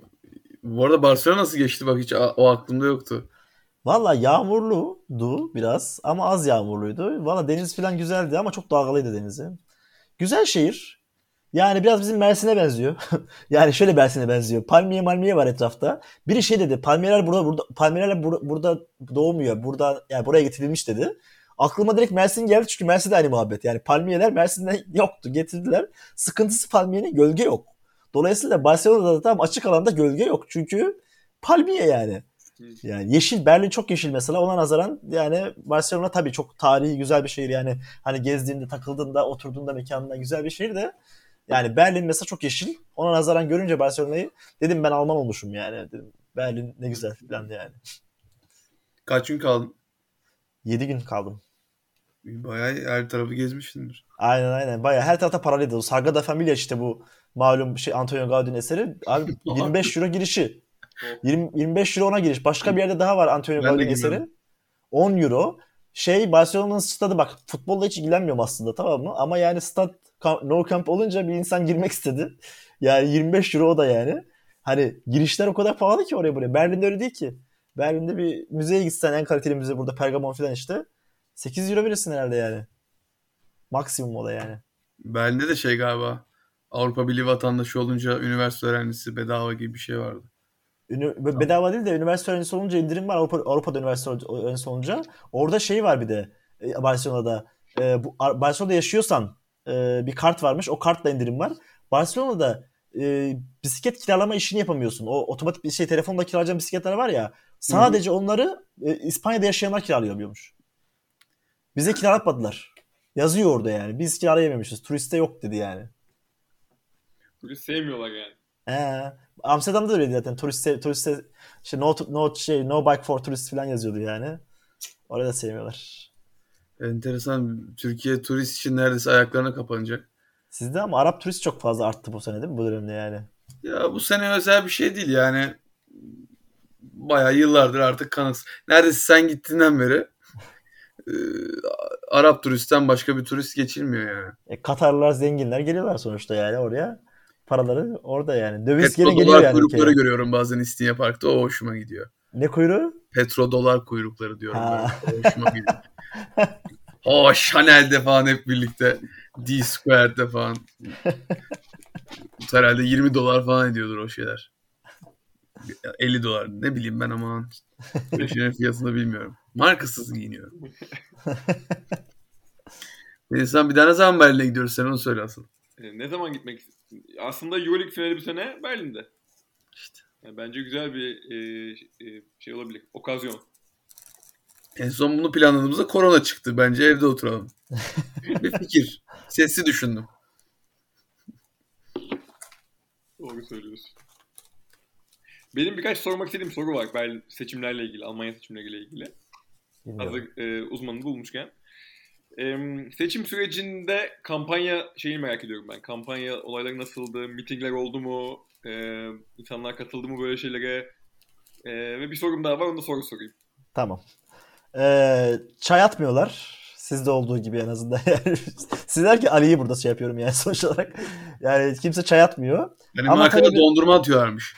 bu arada Barcelona nasıl geçti bak, hiç a- o aklımda yoktu. Valla yağmurluydu biraz ama az yağmurluydu. Valla deniz falan güzeldi ama çok dalgalıydı denizi. Güzel şehir. Yani biraz bizim Mersin'e benziyor. Yani şöyle Mersin'e benziyor. Palmiye malmiye var etrafta. Biri şey dedi. Palmiyeler burada burada palmiyeler bur- burada doğmuyor. Burada yani buraya getirilmiş dedi. Aklıma direkt Mersin geldi çünkü Mersin'de aynı muhabbet. Yani palmiyeler Mersin'de yoktu. Getirdiler. Sıkıntısı palmiyenin, gölge yok. Dolayısıyla Barcelona'da da tam açık alanda gölge yok. Çünkü palmiye yani. Yani yeşil, Berlin çok yeşil mesela, ona nazaran yani Barcelona tabii çok tarihi güzel bir şehir yani, hani gezdiğinde, takıldığında, oturduğunda mekanında güzel bir şehir de yani Berlin mesela çok yeşil, ona nazaran görünce Barcelona'yı dedim ben Alman olmuşum yani, dedim Berlin ne güzel falan yani. Kaç gün kaldın? yedi gün kaldım. Bayağı her tarafı gezmişsindir. Aynen aynen, bayağı her tarafta paralıydı. O Sagrada Familia işte, bu malum şey Antonio Gaudi'nin eseri. Abi yirmi beş euro girişi. yirmi, yirmi beş euro ona giriş. Başka bir yerde daha var Antonio Ben de Gaudi'nin eseri. gidiyorum. on euro. Şey Barcelona'nın stadı bak futbolla hiç ilgilenmiyorum aslında tamam mı? Ama yani stat No Camp olunca bir insan girmek istedi. Yani yirmi beş euro o da yani. Hani girişler o kadar pahalı ki oraya buraya. Berlin'de öyle değil ki. Berlin'de bir müzeye gitsen en kaliteli müze burada Pergamon falan işte. sekiz euro verirsin herhalde yani. Maksimum o da yani. Berlin'de de şey galiba Avrupa Birliği vatandaşı olunca üniversite öğrencisi bedava gibi bir şey vardı. Ünü- bedava değil de üniversite öğrencisi olunca indirim var Avrupa, Avrupa'da üniversite öğrencisi olunca. Orada şey var bir de e, Barcelona'da. E, bu Ar- Barcelona'da yaşıyorsan e, bir kart varmış. O kartla indirim var. Barcelona'da e, bisiklet kiralama işini yapamıyorsun. O otomatik bir şey telefonla kiralayacağın bisikletler var ya. Sadece onları e, İspanya'da yaşayanlar kiralıyormuş. Bize kiralatmadılar. Yazıyor orada yani. Biz kiralayamamışız. Turiste yok dedi yani. Turist sevmiyorlar yani. Ee, Amsterdam'da da öyleydi zaten. Turiste, turiste işte no, no, şey, no bike for tourist falan yazıyordu yani. Orada da sevmiyorlar. Enteresan. Türkiye turist için neredeyse ayaklarına kapanacak. Sizde ama Arap turist çok fazla arttı bu sene değil mi? Bu dönemde yani. Ya bu sene özel bir şey değil yani. Bayağı yıllardır artık kanıks. Neredeyse sen gittiğinden beri e, Arap turistten başka bir turist geçilmiyor yani. E, Katarlılar, zenginler geliyorlar sonuçta yani oraya. Paraları orada yani. Döviz geri geliyor Petrodolar yani kuyrukları ülkeye. görüyorum bazen İstinye Park'ta. O hoşuma gidiyor. Ne kuyruğu? Petrodolar kuyrukları diyorum Ha. böyle. O hoşuma gidiyor. O Chanel'de falan hep birlikte. D-Squared'de falan. Herhalde yirmi dolar falan ediyordur o şeyler. elli dolar ne bileyim ben aman. Bir şeyin fiyatını bilmiyorum. Markasız giyiniyorum. İnsan bir daha ne zaman Berlin'e gidiyoruz sen onu söyle asıl. E, ne zaman gitmek istiyorsun? Aslında Euroleague finali bu sene Berlin'de. İşte. Yani bence güzel bir e, e, şey olabilir. Okazyon. En son bunu planladığımızda korona çıktı. Bence evde oturalım. Bir fikir. Sesli düşündüm. Doğru söylüyorsun. Benim birkaç sormak istediğim soru var Berlin seçimlerle ilgili, Almanya seçimleriyle ilgili. Bilmiyorum. Hazır e, uzmanını bulmuşken. E, seçim sürecinde kampanya şeyini merak ediyorum ben. Kampanya olayları nasıldı? Mitingler oldu mu? E, insanlar katıldı mı böyle şeylere? E, ve bir sorum daha var, onu da soru sorayım. Tamam. Ee, çay atmıyorlar. Sizde olduğu gibi en azından. Yani sizler ki Ali'yi burada şey yapıyorum yani sonuç olarak. Yani kimse çay atmıyor. Benim Ama arkada tabii bir- dondurma atıyorlarmış.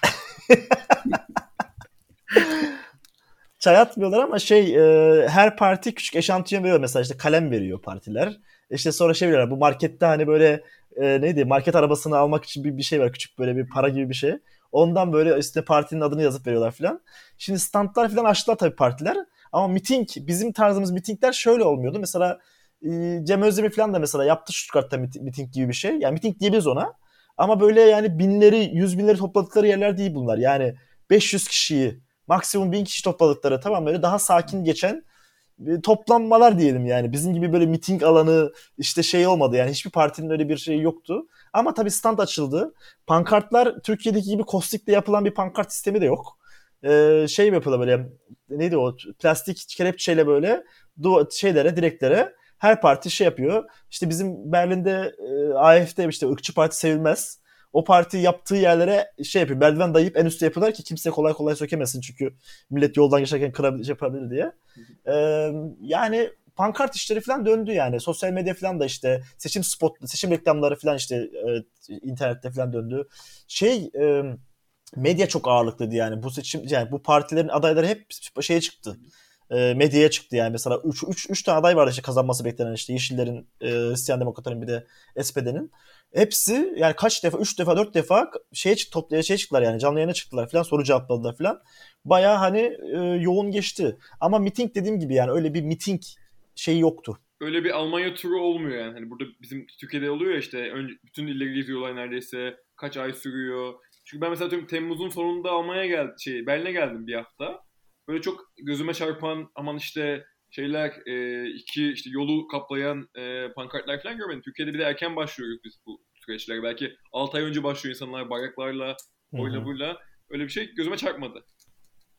çay atmıyorlar ama şey e, her parti küçük eşantiyon veriyor. Mesela işte kalem veriyor partiler. İşte sonra şey veriyorlar. Bu markette hani böyle e, neydi market arabasını almak için bir, bir şey var. Küçük böyle bir para gibi bir şey. Ondan böyle işte partinin adını yazıp veriyorlar filan. Şimdi standlar filan açtılar tabii partiler. Ama miting, bizim tarzımız mitingler şöyle olmuyordu. Mesela e, Cem Özdemir filan da mesela yaptı Stuttgart'ta mit- miting gibi bir şey. Yani miting diyebiliriz ona. Ama böyle yani binleri, yüz binleri topladıkları yerler değil bunlar. Yani beş yüz kişiyi, maksimum bin kişi topladıkları tamam böyle daha sakin geçen e, toplanmalar diyelim yani. Bizim gibi böyle miting alanı işte şey olmadı yani hiçbir partinin öyle bir şeyi yoktu. Ama tabii stand açıldı. Pankartlar Türkiye'deki gibi kostikle yapılan bir pankart sistemi de yok. Ee, şey mi yapıyorlar böyle neydi o plastik kelepçeyle böyle du- şeylere direklere her parti şey yapıyor. İşte bizim Berlin'de e, A F D işte ırkçı parti sevilmez. O parti yaptığı yerlere şey yapıyor. Merdiven dayayıp en üstte yapıyorlar ki kimse kolay kolay sökemesin çünkü millet yoldan geçerken kırabilir, şey yapabilir diye. Ee, yani pankart işleri falan döndü yani. Sosyal medya falan da işte seçim spot, seçim reklamları falan işte e, internette falan döndü. Şey e, medya çok ağırlıklıydı yani. Bu seçim yani bu partilerin adayları hep şeye çıktı. E, medyaya çıktı yani. Mesela üç üç tane aday vardı işte kazanması beklenen işte Yeşillerin, e, Hristiyan Demokratların bir de S P D'nin. Hepsi yani kaç defa üç defa dört defa şeye çık toplaya şeye çıktılar yani canlı yayına çıktılar falan soru cevapladılar falan. Baya hani e, yoğun geçti. Ama miting dediğim gibi yani öyle bir miting şeyi yoktu. Öyle bir Almanya turu olmuyor yani. Hani burada bizim Türkiye'de oluyor ya işte önce bütün illeri geziyorlar neredeyse. Kaç ay sürüyor. Çünkü ben mesela tüm Temmuz'un sonunda Almanya'ya geldim, şey Berlin'e geldim bir hafta. Böyle çok gözüme çarpan aman işte şeyler e, iki işte yolu kaplayan e, pankartlar falan görmedim. Türkiye'de bir de erken başlıyoruz biz bu süreçlere. Belki altı ay önce başlıyor insanlar bayraklarla, Hı oyla hı. buyla. Öyle bir şey gözüme çarpmadı.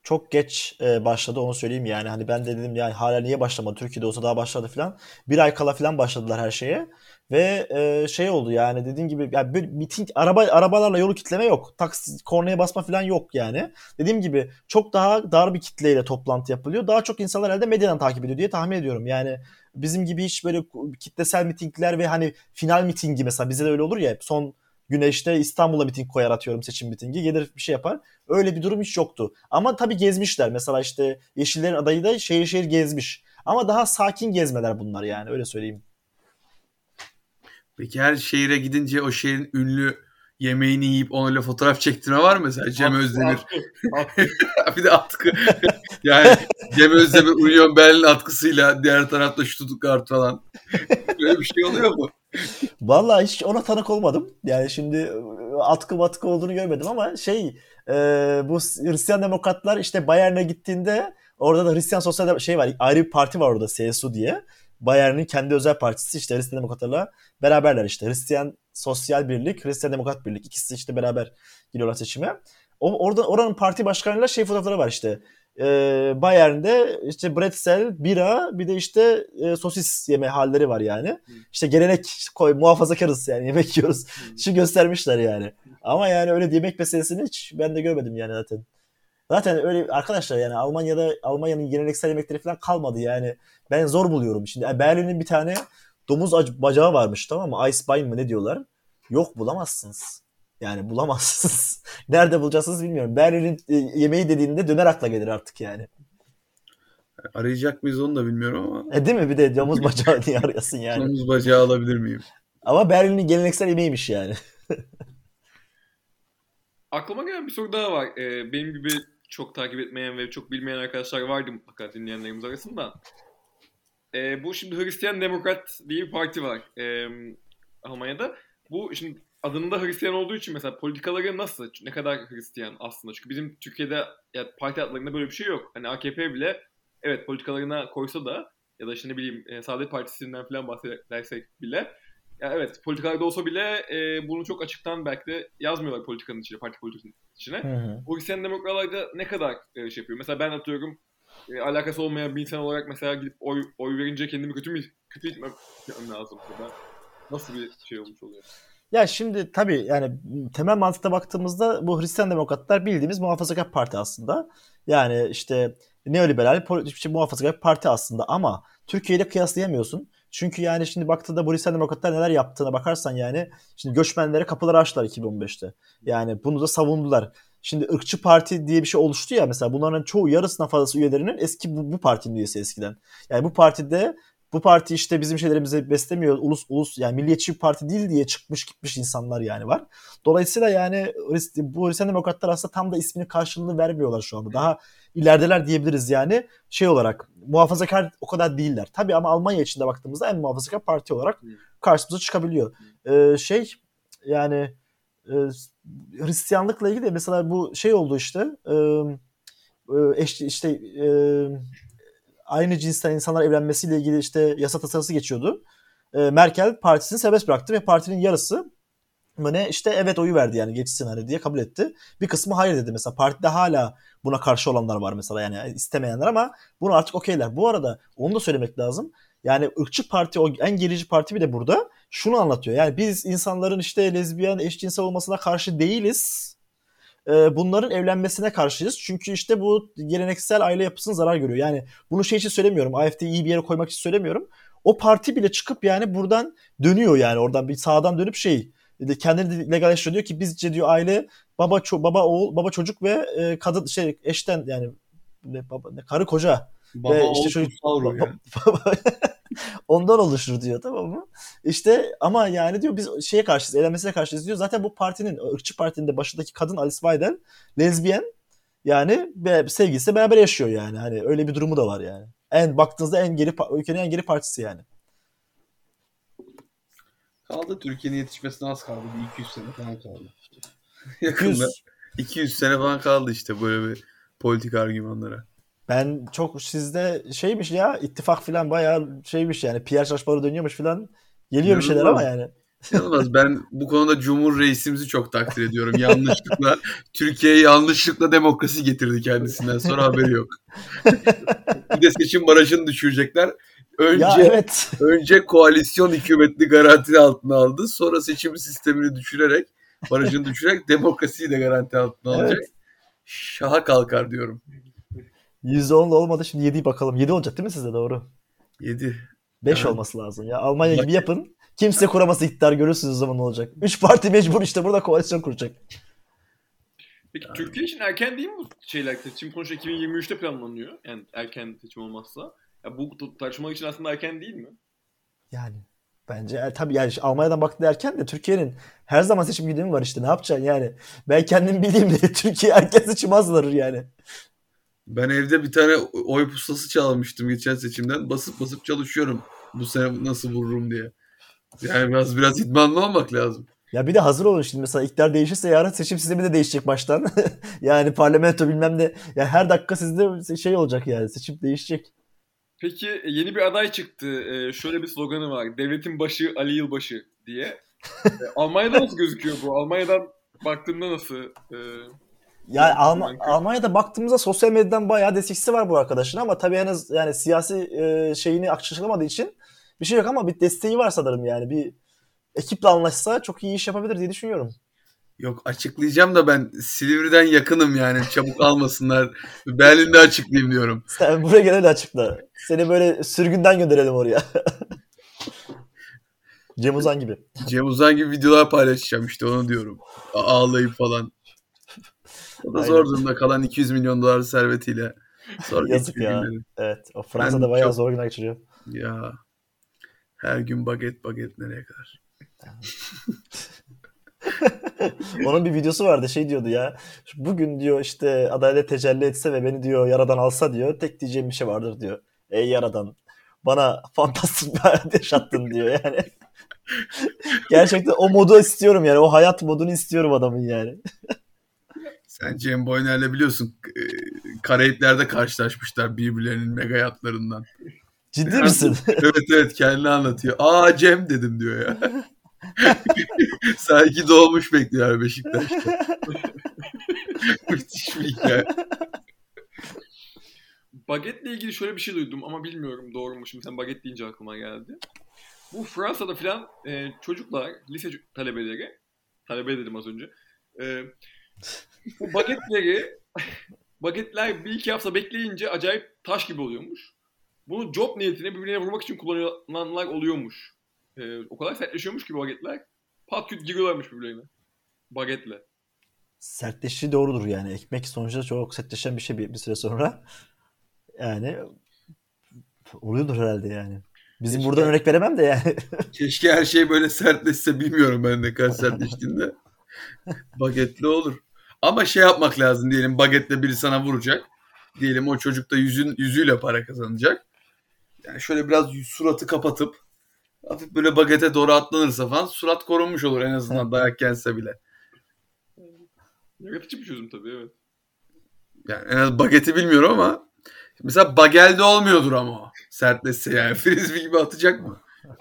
çok geç e, başladı, onu söyleyeyim yani. Hani ben de dedim yani hala niye başlamadı? Türkiye'de olsa daha başladı falan. Bir ay kala falan başladılar her şeye. Ve e, şey oldu yani, dediğim gibi yani bir miting, araba arabalarla yolu kitleme yok. Taksi kornaya basma falan yok yani. Dediğim gibi çok daha dar bir kitleyle toplantı yapılıyor. Daha çok insanlar herhalde medyadan takip ediyor diye tahmin ediyorum. Yani bizim gibi hiç böyle kitlesel mitingler ve hani final mitingi, mesela bizde de öyle olur ya, hep son güne işte İstanbul'a miting koyar, atıyorum seçim mitingi, gelir bir şey yapar. Öyle bir durum hiç yoktu. Ama tabii gezmişler. Mesela işte Yeşillerin adayı da şehir şehir gezmiş. Ama daha sakin gezmeler bunlar yani, öyle söyleyeyim. Peki her şehire gidince o şehrin ünlü yemeğini yiyip onunla fotoğraf çektirme var mı mesela? Cem Atkı, Özdemir. atkı, atkı. Bir de atkı. Yani Cem Özdemir Union Berlin atkısıyla diğer tarafta Stuttgart falan. Böyle bir şey oluyor mu? Vallahi hiç ona tanık olmadım. Yani şimdi e, atkı batkı olduğunu görmedim ama şey, e, bu Hristiyan Demokratlar işte Bayern'e gittiğinde orada da Hristiyan Sosyal Dem- şey var, ayrı bir parti var orada, C S U diye. Bayern'in kendi özel partisi, işte Hristiyan Demokratlarla beraberler işte. Hristiyan Sosyal Birlik, Hristiyan Demokrat Birlik, ikisi işte beraber gidiyorlar seçime. O, orada oranın parti başkanıyla şey fotoğrafları var işte. E, Bayern'de işte bretzel, bira, bir de işte e, sosis yeme halleri var yani. İşte gelenek koy, muhafazakarız yani, yemek yiyoruz. Şu göstermişler yani. Ama yani öyle yemek meselesini hiç ben de görmedim yani zaten. Zaten öyle arkadaşlar, yani Almanya'da Almanya'nın geleneksel yemekleri falan kalmadı yani. Ben zor buluyorum. Şimdi yani Berlin'in bir tane domuz ac- bacağı varmış, tamam mı? Eisbein mi ne diyorlar? Yok, bulamazsınız. Yani bulamazsınız. Nerede bulacaksınız bilmiyorum. Berlin'in e, yemeği dediğinde döner akla gelir artık yani. Arayacak mıyız onu da bilmiyorum ama E değil mi? Bir de domuz bacağı diye arayasın yani. domuz bacağı alabilir miyim? Ama Berlin'in geleneksel yemeğiymiş yani. Aklıma gelen bir soru daha var. Ee, benim gibi çok takip etmeyen ve çok bilmeyen arkadaşlar vardı mutlaka dinleyenlerimiz arasında. Ee, bu şimdi Hristiyan Demokrat diye bir parti var ee, Almanya'da. Bu şimdi adında Hristiyan olduğu için mesela politikaları nasıl? Ne kadar Hristiyan aslında? Çünkü bizim Türkiye'de ya, parti adlarında böyle bir şey yok. Hani A K P bile evet politikalarına koysa da ya da işte ne bileyim e, Saadet Partisi'nden falan bahsedersek bile ya evet politikalarda olsa bile e, bunu çok açıktan belki de yazmıyorlar politikanın içine, parti politikasının içine. Hı hı. Bu Hristiyan Demokratlarda ne kadar e, şey yapıyor? Mesela ben atıyorum e, alakası olmayan bir insan olarak mesela gidip oy, oy verince kendimi kötü mü kötü hissetmem lazım. Ya da nasıl bir şey olmuş oluyor? Ya şimdi tabii yani temel mantıkta baktığımızda bu Hristiyan Demokratlar bildiğimiz muhafazakar parti aslında. Yani işte neoliberal politik işte muhafazakar bir parti aslında, ama Türkiye'yle kıyaslayamıyorsun. Çünkü yani şimdi baktığında bu Hristiyan Demokratlar neler yaptığına bakarsan yani, şimdi göçmenlere kapıları açtılar iki bin on beşte. Yani bunu da savundular. Şimdi ırkçı parti diye bir şey oluştu ya, mesela bunların çoğu, yarısından fazlası üyelerinin eski bu, bu partinin üyesi eskiden. Yani bu partide bu parti işte bizim şeylerimizi beslemiyor, ulus ulus yani milliyetçi bir parti değil diye çıkmış gitmiş insanlar yani var. Dolayısıyla yani bu Hristiyan Demokratlar aslında tam da isminin karşılığını vermiyorlar şu anda. Daha ilerideler diyebiliriz yani, şey olarak muhafazakar o kadar değiller. Tabii ama Almanya içinde baktığımızda en muhafazakar parti olarak karşımıza çıkabiliyor. Ee, şey yani e, Hristiyanlıkla ilgili de mesela bu şey oldu işte, e, e, işte e, aynı cinsten insanlar evlenmesiyle ilgili işte yasa tasarısı geçiyordu. E, Merkel partisini serbest bıraktı ve partinin yarısı ne işte evet oyu verdi, yani geçsin hani diye kabul etti. Bir kısmı hayır dedi mesela. Partide hala buna karşı olanlar var mesela, yani istemeyenler, ama bunu artık okeyler. Bu arada onu da söylemek lazım. Yani ırkçı parti, o en gerici parti bile burada şunu anlatıyor. Yani biz insanların işte lezbiyen, eşcinsel olmasına karşı değiliz. Bunların evlenmesine karşıyız. Çünkü işte bu geleneksel aile yapısının zarar görüyor. Yani bunu şey için söylemiyorum. A F D'yi iyi bir yere koymak için söylemiyorum. O parti bile çıkıp yani buradan dönüyor, yani oradan bir sağdan dönüp şey kendini legalleştiriyor, diyor ki bizce diyor aile baba ço- baba oğul baba çocuk ve e, kadın şey eşten yani ne, baba ne, karı koca Baba ve işte oğul çocuk kutsal ruh ya. ondan oluşur diyor, tamam mı? İşte ama yani diyor biz şeye karşıyız, evlenmesine karşıyız diyor. Zaten bu partinin, ırkçı partinin de başındaki kadın Alice Weidel lezbiyen, yani sevgilisiyle beraber yaşıyor yani. Hani öyle bir durumu da var yani. En baktığınızda en geri ülkenin en geri partisi yani. Kaldı Türkiye'nin yetişmesine az kaldı. Bir iki yüz sene falan kaldı. iki Yakında. yüz iki yüz sene falan kaldı işte böyle bir politik argümanlara. Ben çok sizde şeymiş ya, ittifak falan bayağı şeymiş yani, P R çalışmaları dönüyormuş falan. Geliyor bir şeyler ama İnanılmaz. yani. İnanılmaz. Ben bu konuda Cumhur Reisimizi çok takdir ediyorum. Yanlışlıkla Türkiye'ye yanlışlıkla demokrasi getirdi kendisinden. Sonra haberi yok. Bir de seçim barajını düşürecekler. Önce Ya evet. önce koalisyon hükümetini garanti altına aldı. Sonra seçim sistemini düşürerek, barajını düşürerek demokrasiyi de garanti altına alacak. Evet. Şaha kalkar diyorum. yüzde on da olmadı. Şimdi yediyi bakalım. yedi olacak değil mi sizde, doğru? yedi. beş Evet. olması lazım ya. Almanya gibi yapın. Kimse kuramasa iktidar, görürsünüz o zaman ne olacak. üç parti mecbur işte burada koalisyon kuracak. Peki Türkiye için erken değil mi bu şeyler? Seçim sonuçta iki bin yirmi üçte planlanıyor. Yani erken seçim olmazsa. Ya bu tartışmalar için aslında erken değil mi? Yani bence e, tabii yani Almanya'dan baktı derken de Türkiye'nin her zaman seçim gündemi var işte. Ne yapacaksın yani? Ben kendim bileyim de Türkiye erken seçim hazırlanır yani. Ben evde bir tane oy pusulası çalmıştım geçen seçimden. Basıp basıp çalışıyorum. Bu sene nasıl vururum diye. Yani biraz biraz idmanlı olmak lazım. Ya bir de hazır olun şimdi, mesela iktidar değişirse yarın seçim sistemi de değişecek baştan. Yani parlamento bilmem ne. Ya her dakika sizde şey olacak yani, seçim değişecek. Peki yeni bir aday çıktı. Ee, şöyle bir sloganı var. Devletin başı Ali Yılbaşı diye. Ee, Almanya'da nasıl gözüküyor bu? Almanya'dan baktığında nasıl? E, Yani Alm- Almanya'da baktığımızda sosyal medyadan bayağı destekçisi var bu arkadaşın, ama tabii henüz yani siyasi e, şeyini açıklamadığı için bir şey yok, ama bir desteği var sanırım yani. Bir ekiple anlaşsa çok iyi iş yapabilir diye düşünüyorum. Yok, açıklayacağım da ben Silivri'den yakınım yani, çabuk almasınlar. Berlin'de açıklayayım diyorum. Sen buraya gel öyle açıkla. Seni böyle sürgünden gönderelim oraya. Cem Uzan gibi. Cem Uzan gibi videolar paylaşacağım işte, onu diyorum. A- Ağlayıp falan. O da Aynen. zor durumda kalan iki yüz milyon dolar servetiyle. Sonra Yazık ya. günleri. Evet. O Fransa'da Ben bayağı çok- zor günler geçiriyor. Ya her gün baget baget nereye kadar? Onun bir videosu vardı, şey diyordu ya. Bugün diyor işte adalet tecelli etse ve beni diyor yaradan alsa diyor, tek diyeceğim bir şey vardır diyor. Ey yaradan, bana fantastik bir hayat yaşattın diyor yani. Gerçekten o modu istiyorum yani. O hayat modunu istiyorum adamın yani. Sen Cem Boyner'le biliyorsun e, Karayipler'de karşılaşmışlar birbirlerinin mega yatlarından. Ciddi misin? Evet evet, kendini anlatıyor. Aa Cem dedim diyor ya. Sanki doğmuş bekliyor Beşiktaş'ta. Müthiş bir hikaye. Bagetle ilgili şöyle bir şey duydum ama bilmiyorum doğru mu. Şimdi sen baget deyince aklıma geldi. Bu Fransa'da filan e, çocuklar, lise talebeleri, talebe dedim az önce. E, bu bagetleri, bagetler bir iki hafta bekleyince acayip taş gibi oluyormuş. Bunu job niyetine birbirine vurmak için kullanılanlar oluyormuş. E, o kadar sertleşiyormuş ki bagetler. Pat küt giriyorlarmış birbirlerine. Bagetle. Sertleştiği doğrudur yani. Ekmek sonuçta çok sertleşen bir şey bir, bir süre sonra. Yani oluyordur herhalde yani. Bizim Keşke. buradan örnek veremem de yani. Keşke her şey böyle sertleşse, bilmiyorum ben ne kadar sertleştiğinde. Bagetle olur. Ama şey yapmak lazım, diyelim bagetle biri sana vuracak. Diyelim o çocuk da yüzün, yüzüyle para kazanacak. Yani şöyle biraz suratı kapatıp hafif böyle bagete doğru atlanırsa falan surat korunmuş olur en azından dayak gelse bile. Yaratıcı bir çözüm tabii, evet. Yani en az bageti bilmiyorum ama mesela bagelde olmuyordur ama o. Sertleşse yani frisbee gibi atacak mı?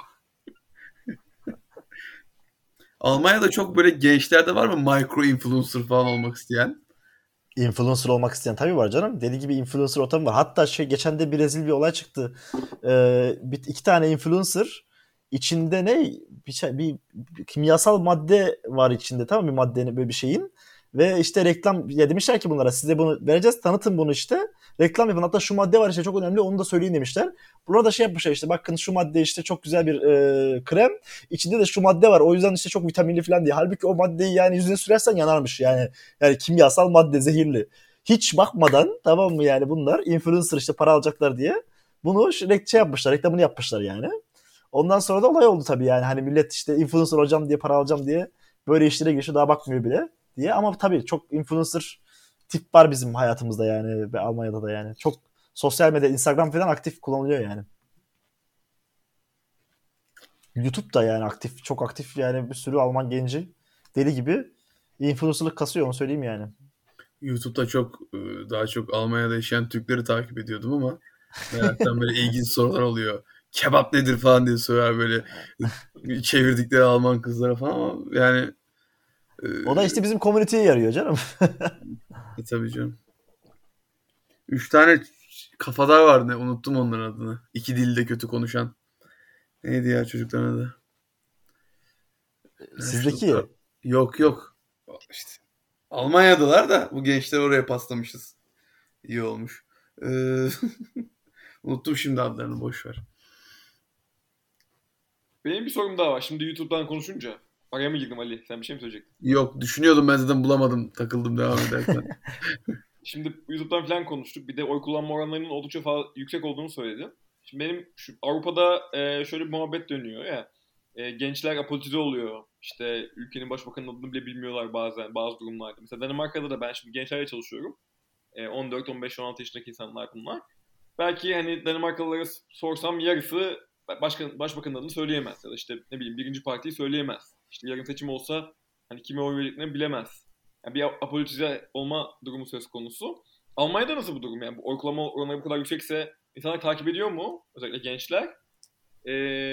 Almanya'da çok böyle gençlerde var mı micro influencer falan olmak isteyen? Influencer olmak isteyen tabii var canım. Deli gibi influencer ortamı var. Hatta şey, geçen de bir rezil bir olay çıktı. Ee, bir, iki tane influencer içinde ne bir, şey, bir, bir kimyasal madde var içinde, tamam mı, bir maddenin, böyle bir şeyin. Ve işte reklam ya demişler ki bunlara, size bunu vereceğiz, tanıtın bunu işte. Reklam yapın, hatta şu madde var işte çok önemli, onu da söyleyin demişler. Buna da şey yapmışlar işte, bakın şu madde işte çok güzel bir e, krem. İçinde de şu madde var, o yüzden işte çok vitaminli falan diye. Halbuki o maddeyi yani yüzüne sürersen yanarmış yani. Yani kimyasal madde, zehirli. Hiç bakmadan, tamam mı, yani bunlar influencer işte para alacaklar diye bunu şey yapmışlar, reklamını yapmışlar yani. Ondan sonra da olay oldu tabii yani. Hani millet işte influencer olacağım diye, para alacağım diye böyle işlere geçiyor, daha bakmıyor bile diye. Ama tabii çok influencer tip var bizim hayatımızda yani, ve Almanya'da da yani. Çok sosyal medya, Instagram falan aktif kullanılıyor yani. YouTube da yani aktif, çok aktif yani, bir sürü Alman genci deli gibi influencerlık kasıyor, onu söyleyeyim yani. YouTube'da çok daha çok Almanya'da yaşayan Türkleri takip ediyordum ama meraktan böyle ilginç sorular oluyor. kebap nedir falan diye sorar böyle çevirdikleri Alman kızlara falan ama yani e, O da işte bizim komüniteye yarıyor canım. e, tabii canım. Üç tane kafadar vardı, ne unuttum onların adını. İki dilde kötü konuşan. Neydi ya çocukların adı? Sizdeki. Yok yok. İşte Almanya'dalar da bu gençler oraya paslamışız. İyi olmuş. Ee, unuttum şimdi adlarını, boş ver. Benim bir sorum daha var. Şimdi YouTube'dan konuşunca. Araya mı girdim Ali? Sen bir şey mi söyleyecektin? Yok, düşünüyordum, ben zaten bulamadım. Takıldım devam ederken. Şimdi YouTube'dan falan konuştuk. Bir de oy kullanma oranlarının oldukça fazla, yüksek olduğunu söyledin. Şimdi benim şu, Avrupa'da e, şöyle bir muhabbet dönüyor ya. E, gençler apolitize oluyor. İşte ülkenin başbakanının adını bile bilmiyorlar bazen bazı durumlarda. Mesela Danimarka'da da ben şimdi gençlerle çalışıyorum. E, on dört, on beş, on altı yaşındaki insanlar bunlar. Belki hani Danimarkalılara sorsam yarısı başkan, başbakanın adını söyleyemez. Ya da işte ne bileyim birinci partiyi söyleyemez. İşte yarın seçim olsa hani kime oy verdiklerini bilemez. Yani bir apolitize olma durumu söz konusu. Almanya'da nasıl bu durum? Yani bu oy kullanma oranları bu kadar yüksekse insanlar takip ediyor mu? Özellikle gençler. Ee,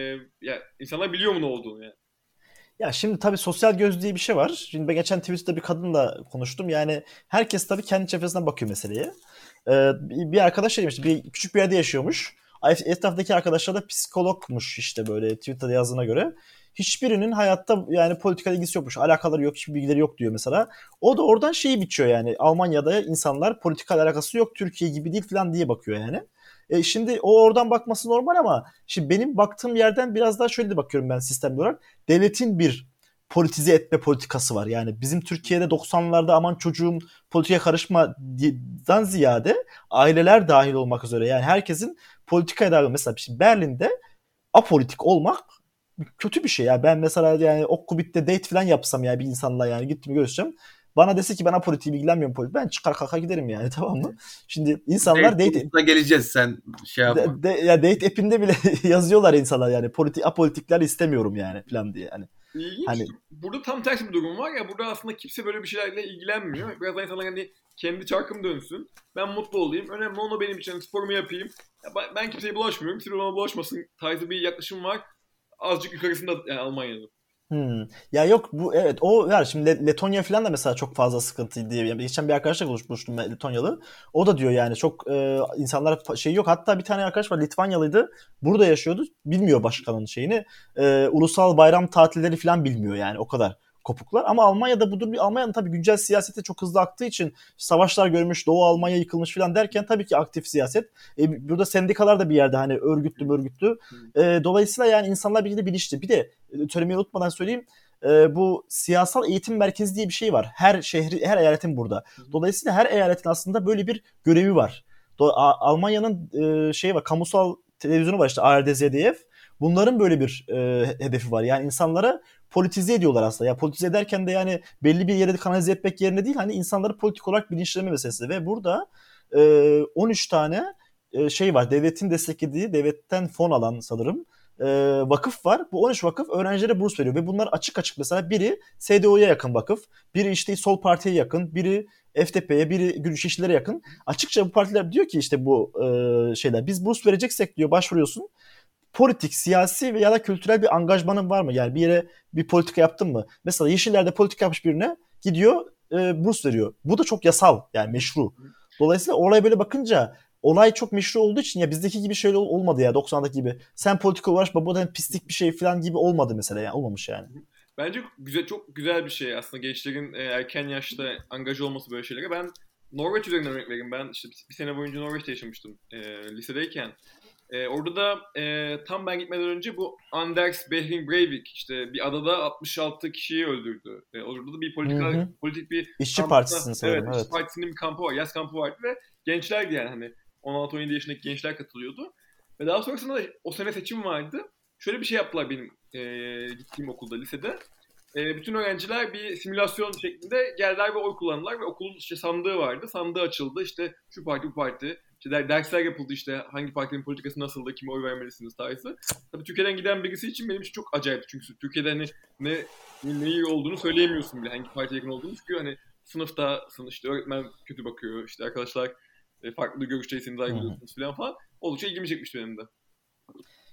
ya insanlar biliyor mu ne olduğunu yani? Ya şimdi tabii sosyal göz diye bir şey var. Şimdi ben geçen Twitter'da bir kadınla konuştum. Yani herkes tabii kendi çevresinden bakıyor meseleye. Ee, bir arkadaş şey demişti. Bir, küçük bir yerde yaşıyormuş. Etraftaki arkadaşlar da psikologmuş işte böyle Twitter'da yazdığına göre. Hiçbirinin hayatta yani politikayla ilgisi yokmuş. Alakaları yok, hiçbir bilgileri yok diyor mesela. O da oradan şeyi biçiyor yani. Almanya'da insanlar politikayla alakası yok, Türkiye gibi değil falan diye bakıyor yani. E şimdi o oradan bakması normal ama şimdi benim baktığım yerden biraz daha şöyle de bakıyorum ben sistemli olarak. Devletin bir politize etme politikası var. Yani bizim Türkiye'de doksanlarda aman çocuğum politikaya karışmadan ziyade aileler dahil olmak üzere yani herkesin politikaya dahil. Mesela şimdi Berlin'de apolitik olmak kötü bir şey ya. Ben mesela yani Okkubit'te date falan yapsam ya bir insanla yani gittim görüşeceğim. Bana dese ki ben apolitik ilgilenmiyorum politik. Ben çıkar kalka giderim yani tamam mı? Şimdi insanlar date, date geleceğiz, sen şey yapma. de, de, ya date app'inde bile yazıyorlar insanlar yani politik apolitikler istemiyorum yani falan diye yani. İlginç. Hani burada tam tersi bir durum var ya. Burada aslında kimse böyle bir şeylerle ilgilenmiyor. Biraz da insanlar hani kendi çarkım dönsün. Ben mutlu olayım. Önemli olan o benim için. Sporumu yapayım. Ya ben, ben kimseye bulaşmıyorum. Kimse bana bulaşmasın tarzı bir yaklaşım var. Azıcık yukarısında yani Almanya'da. Hmm. Ya yok bu evet o var şimdi Letonya falan da mesela çok fazla sıkıntı diye. Yani geçen bir arkadaşla konuşmuştum ben Letonyalı. O da diyor yani çok e, insanlar şey yok. Hatta bir tane arkadaş var Litvanyalıydı. Burada yaşıyordu. Bilmiyor başkanın şeyini. E, ulusal bayram tatilleri falan bilmiyor yani o kadar kopuklar. Ama Almanya'da bu durum Almanya'nın tabii güncel siyasete çok hızlı aktığı için savaşlar görmüş, Doğu Almanya yıkılmış falan derken tabii ki aktif siyaset. E, burada sendikalar da bir yerde hani örgütlü örgütlü. E, dolayısıyla yani insanlar bir de bilinçli. Bir de söylemeyi unutmadan söyleyeyim. E, bu siyasal eğitim merkezi diye bir şey var. Her şehri, her eyaletin burada. Dolayısıyla her eyaletin aslında böyle bir görevi var. Do- A- Almanya'nın e, şeyi var, kamusal televizyonu var işte A R D Z D F. Bunların böyle bir e, hedefi var. Yani insanlara politize ediyorlar aslında. Ya politize ederken de yani belli bir yere kanalize etmek yerine değil hani insanları politik olarak bilinçlenme meselesi. Ve burada e, on üç tane e, şey var. Devletin desteklediği, devletten fon alan sanırım e, vakıf var. Bu on üç vakıf öğrencilere burs veriyor ve bunlar açık açık mesela biri S D O'ya yakın vakıf, biri işte Sol Parti'ye yakın, biri F D P'ye, biri Gürcü İşçilere yakın. Açıkça bu partiler diyor ki işte bu e, şeyler biz burs vereceksek diyor başvuruyorsun. Politik, siyasi veya da kültürel bir angajmanın var mı? Yani bir yere bir politika yaptın mı? Mesela Yeşiller'de politika yapmış birine gidiyor e, burs veriyor. Bu da çok yasal yani meşru. Dolayısıyla olaya böyle bakınca olay çok meşru olduğu için ya bizdeki gibi şöyle olmadı ya doksan'daki gibi. Sen politika uğraşma bu da pislik bir şey falan gibi olmadı mesela yani olmamış yani. Bence güzel, çok güzel bir şey aslında gençlerin e, erken yaşta angaja olması böyle şeylere. Ben Norveç üzerinden örnek vereyim. Ben işte bir sene boyunca Norveç'te yaşamıştım e, lisedeyken. E, orada da e, tam ben gitmeden önce bu Anders Behring Breivik işte bir adada altmış altı kişiyi öldürdü. E, orada da bir politika, hı hı. politik bir İşçi Partisi'nin sanırım. Evet, İşçi Partisi'nin bir kampı var. Yaz kampı vardı ve gençlerdi yani hani on altı on yedi yaşındaki gençler katılıyordu. Ve daha sonrasında da o sene seçim vardı. Şöyle bir şey yaptılar benim e, gittiğim okulda, lisede. E, bütün öğrenciler bir simülasyon şeklinde geldiler ve oy kullandılar ve okulun işte sandığı vardı. Sandığı açıldı. İşte şu parti bu parti. İşte dersler yapıldı işte hangi partinin politikası nasıldı, kime oy vermelisiniz tarzı. Tabii Türkiye'den giden birisi için benim için çok acayip. Çünkü Türkiye'de hani ne neyi olduğunu söyleyemiyorsun bile. Hangi partiye yakın olduğunu. Çünkü hani sınıfta işte öğretmen kötü bakıyor. İşte arkadaşlar farklı görüşteyseniz ayrılıyorsunuz falan falan. Oldukça ilgimi çekmişti benim de.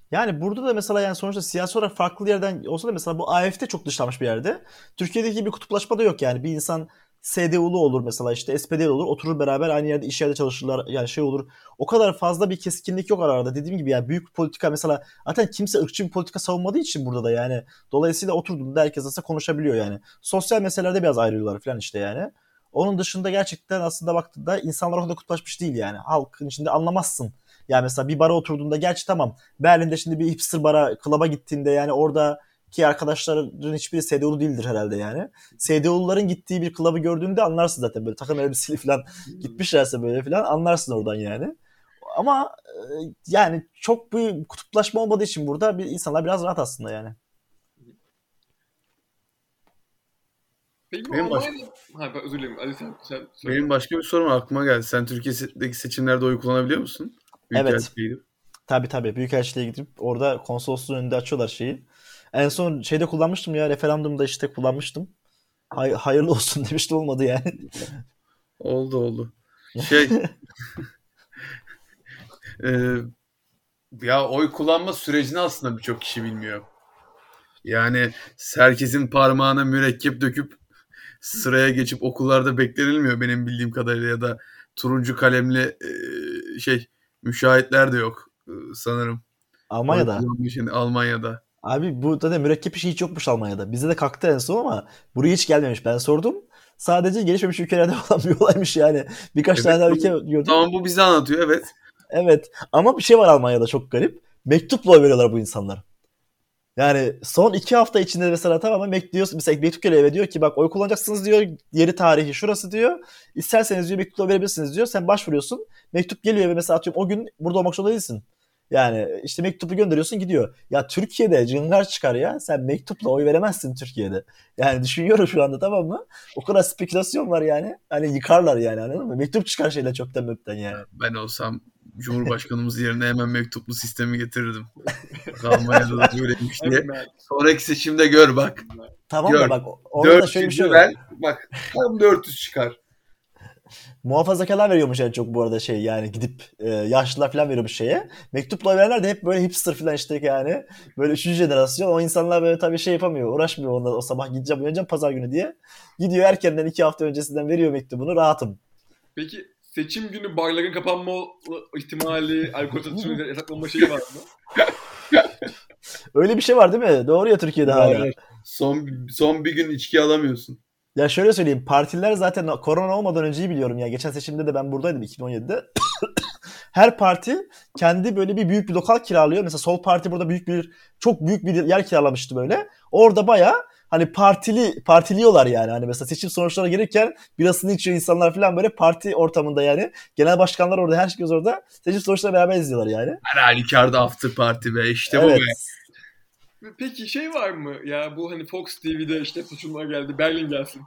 Yani burada da mesela yani sonuçta siyasi olarak farklı yerden olsa da mesela bu A F D çok dışlanmış bir yerde. Türkiye'deki bir kutuplaşma da yok yani. Bir insan S D U'lu olur mesela işte S P D'li olur. Oturur beraber aynı yerde iş yerde çalışırlar. Yani şey olur. O kadar fazla bir keskinlik yok aralarda. Dediğim gibi yani büyük politika mesela zaten kimse ırkçı bir politika savunmadığı için burada da yani. Dolayısıyla oturduğunda herkes aslında konuşabiliyor yani. Sosyal meselelerde biraz ayrılıyorlar falan işte yani. Onun dışında gerçekten aslında baktığında insanlar o kadar kutuplaşmış değil yani. Halkın içinde anlamazsın. Yani mesela bir bara oturduğunda gerçi tamam Berlin'de şimdi bir hipster bara, klaba gittiğinde yani oradaki arkadaşların hiçbiri S D U'lu değildir herhalde yani. S D U'luların gittiği bir klabı gördüğünde anlarsın zaten böyle takım elbiseli falan gitmişlerse böyle falan anlarsın oradan yani. Ama e, yani çok bir kutuplaşma olmadığı için burada bir, insanlar biraz rahat aslında yani. Peki bu Benim başka, Almanya'da... Ha, ben özür dilerim. Ali sen, sen söyle. benim başka bir sorum aklıma geldi. Sen Türkiye'deki seçimlerde oy kullanabiliyor musun? Evet. Büyükelçiliğe gidip. Tabii tabii. Büyükelçiliğe gidip orada konsolosluğun önünde açıyorlar şeyi. En son şeyde kullanmıştım ya referandumda işte kullanmıştım. Hay- hayırlı olsun demiştim olmadı yani. Oldu oldu. Şey e, ya oy kullanma sürecini aslında birçok kişi bilmiyor. Yani herkesin parmağına mürekkep döküp sıraya geçip okullarda beklenilmiyor benim bildiğim kadarıyla ya da turuncu kalemli e, şey müşahitler de yok e, sanırım. Oy Almanya'da. kullanma için Almanya'da. Abi bu da mürekkep işi hiç yokmuş Almanya'da. Bizde de kalktı en son ama buraya hiç gelmemiş. Ben sordum. Sadece gelişmemiş ülkelerde olan bir olaymış yani. Birkaç Evet, tane daha ülke tamam, gördüm. tamam bu bize anlatıyor evet. Evet. Ama bir şey var Almanya'da çok garip. Mektupla oy veriyorlar bu insanlar. Yani son iki hafta içinde mesela tamamen bekliyorsun. Mesela mektup geliyor eve diyor ki bak oy kullanacaksınız diyor. Yeri tarihi şurası diyor. İsterseniz diyor mektupla verebilirsiniz diyor. Sen başvuruyorsun. Mektup geliyor eve mesela atıyorum o gün burada olmak zorunda değilsin. Yani işte mektubu gönderiyorsun gidiyor. Ya Türkiye'de cıngar çıkar ya. Sen mektupla oy veremezsin Türkiye'de. Yani düşünüyorum şu anda tamam mı? O kadar spekülasyon var yani. Hani yıkarlar yani anladın mı? Mektup çıkar şeyle çöpten möpten yani. Ben olsam Cumhurbaşkanımız yerine hemen mektuplu sistemi getirirdim. Bak Almanya'da da böyleymiş diye. Hemen. Sonraki seçimde gör bak. Tamam da Gör. bak orada da şöyle bir şey dört yüzü var. ver. Bak tam dört yüz çıkar. Muhafazakarlar veriyormuş en çok bu arada şey yani gidip e, yaşlılar falan veriyormuş şeye. Mektupla verenler de hep böyle hipster falan işte yani. Böyle üçüncü jenerasyon. O insanlar böyle tabii şey yapamıyor. Uğraşmıyor onunla o sabah gideceğim uyanacağım pazar günü diye. Gidiyor erkenden iki hafta öncesinden veriyor mektubunu rahatım. Peki seçim günü barların kapanma ihtimali, alkol satışının yasaklanma şeyi var mı? Öyle bir şey var değil mi? Doğru ya Türkiye'de hala. Var. Son, son bir gün içki alamıyorsun. Ya şöyle söyleyeyim. Partiler zaten korona olmadan önceyi biliyorum ya. Geçen seçimde de ben buradaydım iki bin on yedide. Her parti kendi böyle bir büyük bir lokal kiralıyor. Mesela Sol Parti burada büyük bir çok büyük bir yer kiralamıştı böyle. Orada bayağı hani partili partiliyorlar yani. Hani mesela seçim sonuçları gelirken birasını içiyor insanlar falan böyle parti ortamında yani. Genel başkanlar orada, herkes orada. Seçim sonuçlarını beraber izliyorlar yani. Her halükarda after party be. İşte bu be. Evet. Peki şey var mı ya bu hani Fox T V'de işte seçimler geldi Berlin gelsin.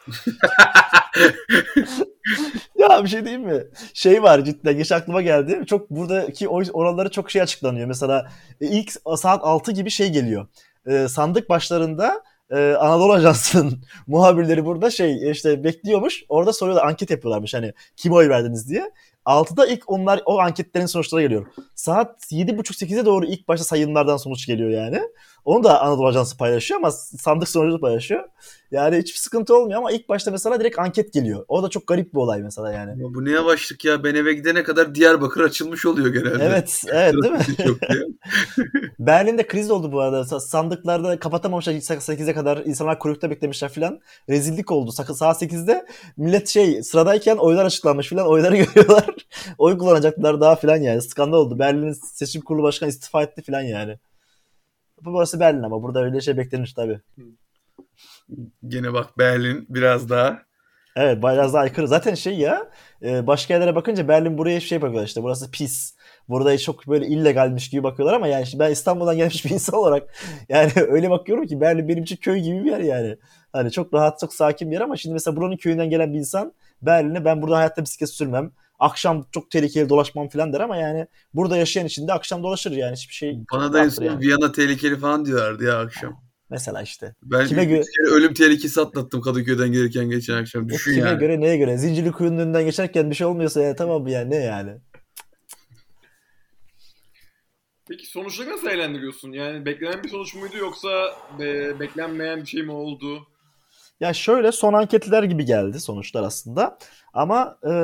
Ya bir şey diyeyim mi? Şey var cidden geç aklıma geldi. Çok buradaki oy oranları çok şey açıklanıyor. Mesela e, ilk saat altı gibi şey geliyor. Ee, sandık başlarında e, Anadolu Ajansı'nın muhabirleri burada şey işte bekliyormuş. Orada soruyorlar anket yapıyorlarmış hani kime oy verdiniz diye. altıda ilk onlar o anketlerin sonuçları geliyor. Saat yedi buçuk sekize doğru ilk başta sayımlardan sonuç geliyor yani. Onu da Anadolu Ajansı paylaşıyor ama sandık sonucunu paylaşıyor. Yani hiçbir sıkıntı olmuyor ama ilk başta mesela direkt anket geliyor. O da çok garip bir olay mesela yani. Ya bu ne yavaşlık ya. Ben eve gidene kadar Diyarbakır açılmış oluyor genelde. Evet, evet değil mi? Çok diye. Berlin'de kriz oldu bu arada. Sandıklarda kapatamamışlar sekize kadar. İnsanlar kuyrukta beklemişler filan. Rezillik oldu. Saat sekizde millet şey sıradayken oylar açıklanmış filan. Oyları görüyorlar. Oy kullanacaklar daha filan yani. Skandal oldu. Berlin'in seçim kurulu başkanı istifa etti filan yani. Bu burası Berlin ama burada öyle şey beklenir tabii. Gene bak Berlin biraz daha. Evet biraz daha aykırı. Zaten şey ya başka yerlere bakınca Berlin buraya şey bakıyorlar işte burası pis. Burada çok böyle illegalmiş gibi bakıyorlar ama yani ben İstanbul'dan gelmiş bir insan olarak yani öyle bakıyorum ki Berlin benim için köy gibi bir yer yani. Hani çok rahat çok sakin bir yer ama şimdi mesela buranın köyünden gelen bir insan Berlin'e ben burada hayatta bisiklet sürmem. Akşam çok tehlikeli dolaşmam falan der ama yani burada yaşayan için de akşam dolaşır yani hiçbir şey Bana çok da en rahattır son yani. Viyana tehlikeli falan diyorlardı ya akşam. Mesela işte. Ben Kime üç göre kere ölüm tehlikesi atlattım Kadıköy'den gelirken geçen akşam. o Düşün kime yani. göre neye göre? Zincirlikuyu'nun önünden geçerken bir şey olmuyorsa yani tamam mı yani ne yani? Peki sonuçları nasıl değerlendiriyorsun? Yani beklenen bir sonuç muydu yoksa be, beklenmeyen bir şey mi oldu? Ya şöyle son anketler gibi geldi sonuçlar aslında. Ama e,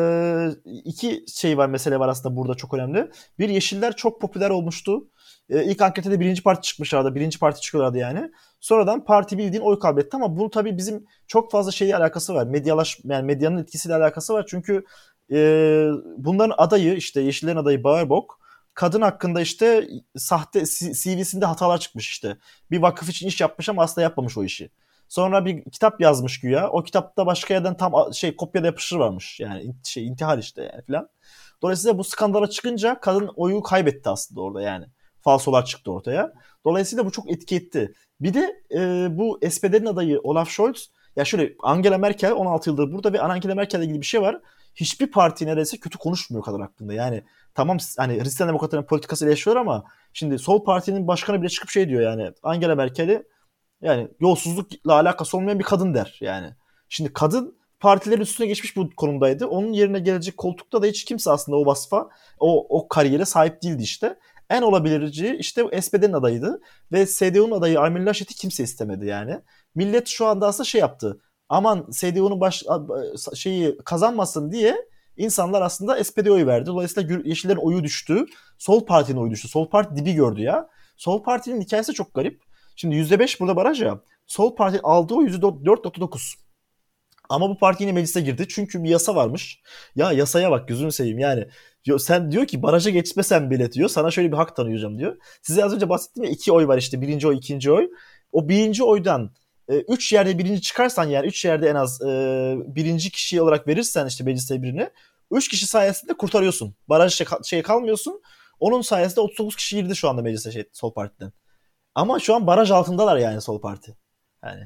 iki şey var, mesele var aslında burada çok önemli. Bir, Yeşiller çok popüler olmuştu. E, ilk ankette de birinci parti çıkmışlardı. Birinci parti çıkıyorlardı yani. Sonradan parti bildiğin oy kaybetti ama bunun tabii bizim çok fazla şeyle alakası var. Medyalaş, yani medyanın etkisiyle alakası var. Çünkü e, bunların adayı, işte Yeşillerin adayı Baerbock, kadın hakkında işte sahte C V'sinde hatalar çıkmış işte. Bir vakıf için iş yapmış ama aslında yapmamış o işi. Sonra bir kitap yazmış güya. O kitapta başka yerden tam şey kopyada yapışır varmış. Yani şey intihar işte yani falan. Dolayısıyla bu skandala çıkınca kadın oyu kaybetti aslında orada yani. Falsolar çıktı ortaya. Dolayısıyla bu çok etki etti. Bir de e, bu S P D'nin adayı Olaf Scholz, ya şöyle, Angela Merkel on altı yıldır burada ve Angela Merkel'le ilgili bir şey var. Hiçbir parti neredeyse kötü konuşmuyor kadın hakkında. Yani tamam, hani Hristiyan Demokratların politikası eleştiriyor ama şimdi Sol Parti'nin başkanı bile çıkıp şey diyor yani, Angela Merkel'i yani yolsuzlukla alakası olmayan bir kadın der yani. Şimdi kadın partilerin üstüne geçmiş bu konumdaydı. Onun yerine gelecek koltukta da hiç kimse aslında o vasfa, o, o kariyere sahip değildi işte. En olabilirci işte S P D'nin adayıydı. Ve S D U'nun adayı Armin Laschet'i kimse istemedi yani. Millet şu anda aslında şey yaptı. Aman S D U'nun baş, şeyi kazanmasın diye insanlar aslında S P D'ye oy verdi. Dolayısıyla Yeşillerin oyu düştü. Sol Parti'nin oyu düştü. Sol Parti dibi gördü ya. Sol Parti'nin hikayesi çok garip. Şimdi yüzde beş burada baraj ya. Sol Parti aldığı o yüzde dört nokta dokuz. Ama bu parti yine meclise girdi. Çünkü bir yasa varmış. Ya yasaya bak, gözünü seveyim yani. Sen diyor ki baraja geçmesen bile diyor, sana şöyle bir hak tanıyacağım diyor. Size az önce bahsettim ya, iki oy var işte. Birinci oy, ikinci oy. O birinci oydan e, üç yerde birinci çıkarsan, yani üç yerde en az e, birinci kişi olarak verirsen işte mecliste birini, üç kişi sayesinde kurtarıyorsun. Baraj şey, şey kalmıyorsun. Onun sayesinde otuz dokuz kişi girdi şu anda meclise şey, Sol Parti'den. Ama şu an baraj altındalar yani Sol Parti. Yani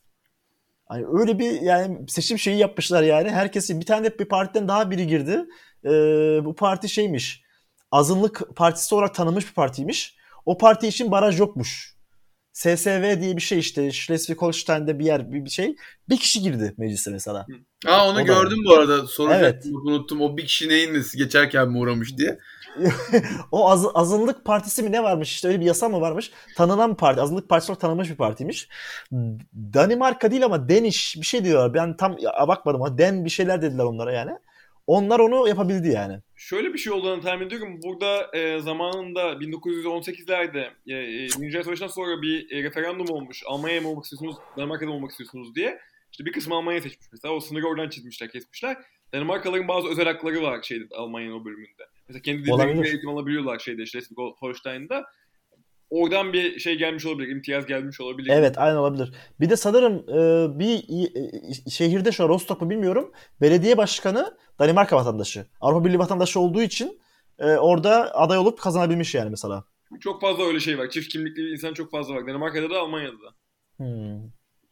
hani öyle bir yani seçim şeyi yapmışlar yani. Herkesin bir tane de bir partiden daha biri girdi. Ee, bu parti şeymiş. Azınlık partisi olarak tanınmış bir partiymiş. O parti için baraj yokmuş. S S V diye bir şey işte. Schleswig-Holstein'de bir yer, bir, bir şey. Bir kişi girdi meclise mesela. Aa, onu O gördüm bu arada. Soracaktım, evet. unuttum. O bir kişi neyin nesi geçerken mi uğramış diye. O az, azınlık partisi mi ne varmış işte, öyle bir yasa mı varmış. Tanınan bir parti. Azınlık partisi olarak tanınmış bir partiymiş. Danimarka değil ama Danish bir şey diyorlar. Ben tam ya, bakmadım ama Den bir şeyler dediler onlara yani. Onlar onu yapabildi yani. Şöyle bir şey olduğunu tahmin ediyorum. Burada e, zamanında bin dokuz yüz on sekizlerde e, e, Birinci Dünya Savaşı'ndan sonra bir e, referandum olmuş. Almanya'ya mı olmak istiyorsunuz, Danimarka'da mı olmak istiyorsunuz diye. İşte bir kısmı Almanya seçmiş mesela. O sınırı oradan çizmişler, kesmişler. Danimarkalıların bazı özel hakları var şeyde, Almanya'nın o bölümünde. Mesela kendi dillerinde eğitim alabiliyorlar şeyde, Schleswig-Holstein'da. Oradan bir şey gelmiş olabilir, imtiyaz gelmiş olabilir. Evet, aynen olabilir. Bir de sanırım e, bir e, şehirde şu an Rostock mu bilmiyorum, belediye başkanı Danimarka vatandaşı. Avrupa Birliği vatandaşı olduğu için e, orada aday olup kazanabilmiş yani mesela. Çok fazla öyle şey var. Çift kimlikli insan çok fazla var. Danimarka'da da, Almanya'da da. Hmm.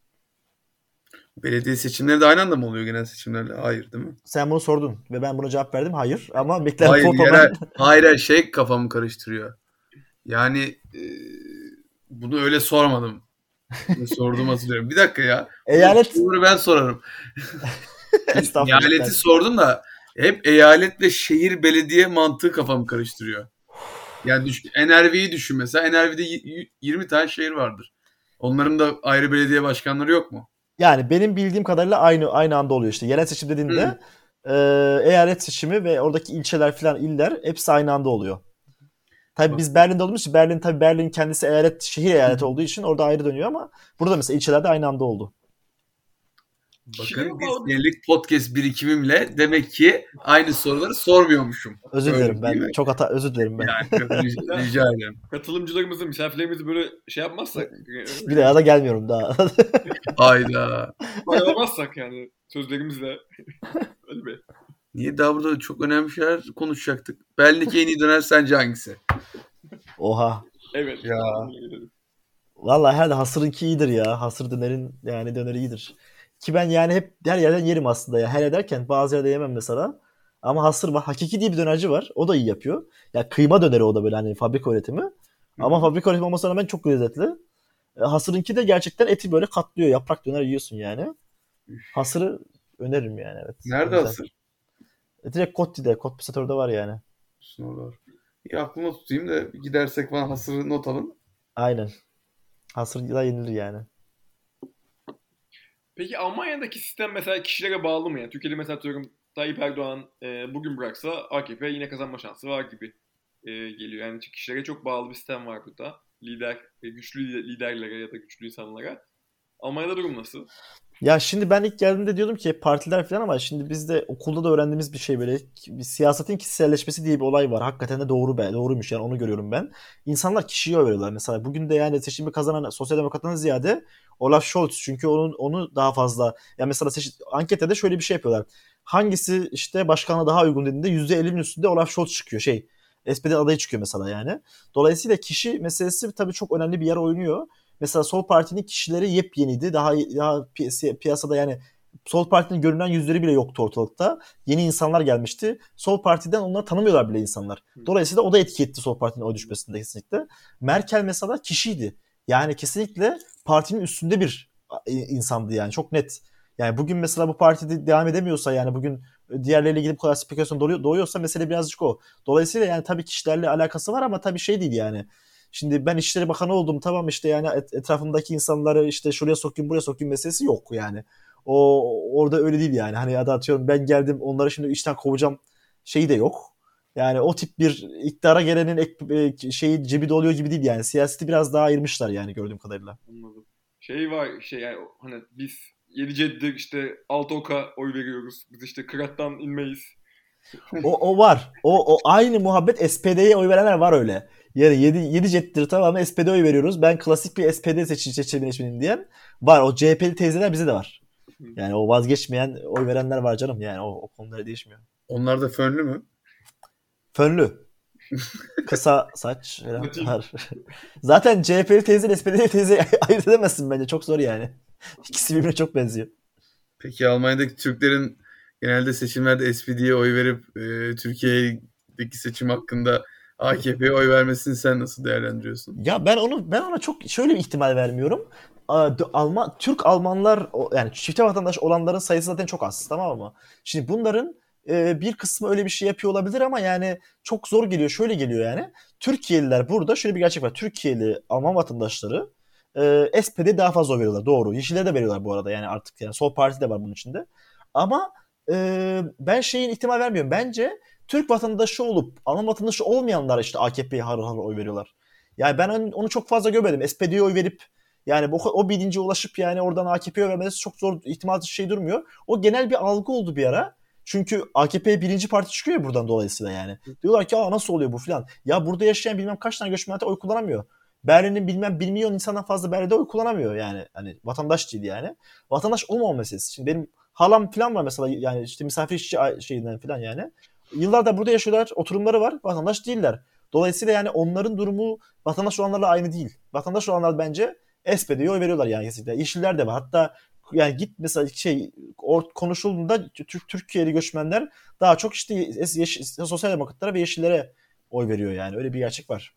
Belediye seçimleri de aynı anda mı oluyor genel seçimlerle? Hayır değil mi? Sen bunu sordun ve ben buna cevap verdim. Hayır. Ama beklenen Hayır, foto yere, ben... hayır şey kafamı karıştırıyor. Yani e, bunu öyle sormadım. Bunu sorduğumu hatırlıyorum. Bir dakika ya. Eyalet... Bunu ben sorarım. Estağfurullah. Eyaleti sordum da hep eyalet ve şehir belediye mantığı kafamı karıştırıyor. Yani düş, N R V'yi düşün mesela. N R V'de yirmi tane şehir vardır. Onların da ayrı belediye başkanları yok mu? Yani benim bildiğim kadarıyla aynı aynı anda oluyor işte. Yerel seçim dediğinde e, eyalet seçimi ve oradaki ilçeler falan, iller hepsi aynı anda oluyor. Tabii biz Berlin'de olduğumuz için, Berlin tabii Berlin kendisi eyalet, şehir eyaleti olduğu için orada ayrı dönüyor ama burada mesela ilçelerde aynı anda oldu. Bakın, bir senelik podcast birikimimle demek ki aynı soruları sormuyormuşum. Özür dilerim, ben çok hata özür dilerim ben. Yani rica, rica ederim. Katılımcılarımızı, misafirlerimizi böyle şey yapmazsak, bir daha da gelmiyorum daha. Hayda. Bağlamazsak yani sözlerimizle. Hadi be. Niye, daha burada çok önemli şeyler konuşacaktık. Berlin'deki en iyi döner sence hangisi? Oha. Evet. Ya. Vallahi herhalde Hasır'ınki iyidir ya. Hasır dönerin yani döneri iyidir. Ki ben yani hep her yerden yerim aslında ya. Her ederken bazı yerde yemem mesela. Ama Hasır var. Hakiki diye bir dönerci var. O da iyi yapıyor. Ya kıyma döneri o da böyle, hani fabrika üretimi. Ama fabrika üretimi olmasına rağmen çok lezzetli. E, Hasır'ınki de gerçekten eti böyle katlıyor. Yaprak döner yiyorsun yani. Hasır'ı öneririm yani, evet. Nerede Hasır? E, direkt Kotti'de, Kot Pisatör'de var yani. Sınırlar. İyi, aklımda tutayım da gidersek falan hasırı not alın. Aynen. Hasırda yenilir yani. Peki Almanya'daki sistem mesela kişilere bağlı mı? Yani Türkiye'de mesela diyorum Tayyip Erdoğan e, bugün bıraksa A K P yine kazanma şansı var gibi e, geliyor. Yani kişilere çok bağlı bir sistem var burada. Lider, e, güçlü liderlere ya da güçlü insanlara. Almanya'da durum nasıl? Ya şimdi ben ilk geldiğimde diyordum ki partiler falan ama şimdi biz de okulda da öğrendiğimiz bir şey böyle bir siyasetin kişiselleşmesi diye bir olay var. Hakikaten de doğru be, doğruymuş yani onu görüyorum ben. İnsanlar kişiye oy veriyorlar. Mesela bugün de yani seçimi kazanan Sosyal Demokrat'tan ziyade Olaf Scholz çünkü onun onu daha fazla ya mesela seçim, ankette de şöyle bir şey yapıyorlar. Hangisi işte başkanlığa daha uygun dediğinde yüzde ellinin üstünde Olaf Scholz çıkıyor şey. S P D adayı çıkıyor mesela yani. Dolayısıyla kişi meselesi tabii çok önemli bir yer oynuyor. Mesela Sol Parti'nin kişileri yepyeniydi. Daha, daha pi- piyasada yani Sol Parti'nin görünen yüzleri bile yoktu ortalıkta. Yeni insanlar gelmişti. Sol Parti'den onları tanımıyorlar bile insanlar. Dolayısıyla o da etki etti Sol Parti'nin oy düşmesinde kesinlikle. Merkel mesela kişiydi. Yani kesinlikle partinin üstünde bir insandı yani çok net. Yani bugün mesela bu partide devam edemiyorsa yani bugün diğerleriyle ilgili bu kadar spekülasyon doğuyorsa mesele birazcık o. Dolayısıyla yani tabii kişilerle alakası var ama tabii şey değil yani. Şimdi ben İçişleri Bakanı oldum tamam işte yani et, etrafımdaki insanları işte şuraya sokayım buraya sokayım meselesi yok yani. O orada öyle değil yani. Hani ya da atıyorum ben geldim onları şimdi işten kovacağım şeyi de yok. Yani o tip bir iktidara gelenin ek, şeyi cebi doluyor gibi değil yani. Siyaseti biraz daha ayırmışlar yani gördüğüm kadarıyla. Anladım. Şey var şey yani hani biz yedi ceddir işte altı oka oy veriyoruz. Biz işte kırattan inmeyiz. O, o var. O, o aynı muhabbet S P D'ye oy verenler var öyle. Yani yedi yedi jettir tamamı S P D'ye oy veriyoruz. Ben klasik bir S P D seçim seçmenim diyen var. O C H P'li teyzeler bize de var. Yani o vazgeçmeyen oy verenler var canım. Yani o, o konuları değişmiyor. Onlar da fönlü mü? Fönlü. Kısa saç falan var. Zaten C H P'li teyze ile S P D'li teyze ayırt edemezsin bence. Çok zor yani. İkisi birbirine çok benziyor. Peki Almanya'daki Türklerin genelde seçimlerde S P D'ye oy verip e, Türkiye'deki seçim hakkında A K P'ye oy vermesini sen nasıl değerlendiriyorsun? Ya ben onu ben ona çok şöyle bir ihtimal vermiyorum. Alman Türk Almanlar yani çifte vatandaş olanların sayısı zaten çok az tamam mı? Şimdi bunların e, bir kısmı öyle bir şey yapıyor olabilir ama yani çok zor geliyor. Şöyle geliyor yani. Türkiye'liler burada şöyle bir gerçek var. Türkiye'li Alman vatandaşları e, S P D'ye daha fazla oy veriyorlar. Doğru. Yeşillere de veriyorlar bu arada yani artık yani Sol Parti de var bunun içinde. Ama e, ben şeyin ihtimal vermiyorum. Bence Türk vatandaşı olup Alman vatandaşı olmayanlar işte A K P'ye harıl harıl oy veriyorlar. Yani ben onu çok fazla görmedim. S P D'ye oy verip yani o, o bilinceye ulaşıp yani oradan A K P'ye oy vermesi çok zor ihtimal dışı şey durmuyor. O genel bir algı oldu bir ara. Çünkü A K P birinci parti çıkıyor ya buradan dolayısıyla yani. Diyorlar ki aa nasıl oluyor bu filan. Ya burada yaşayan bilmem kaç tane göçmen oy kullanamıyor. Berlin'in bilmem bir milyon insandan fazla Berlin'de oy kullanamıyor yani. Hani vatandaş değil yani. Vatandaş olmama meselesi. Şimdi benim halam filan var mesela yani işte misafir işçi şeyinden filan yani. Yıllardır burada yaşıyorlar, oturumları var, vatandaş değiller. Dolayısıyla yani onların durumu vatandaş olanlarla aynı değil. Vatandaş olanlar bence S P D'ye oy veriyorlar yani kesinlikle. Yeşiller de var. Hatta yani git mesela şey konuşulduğunda Türk Türkiye'li göçmenler daha çok işte yeş, sosyal demokratlara ve yeşillere oy veriyor yani. Öyle bir gerçek var.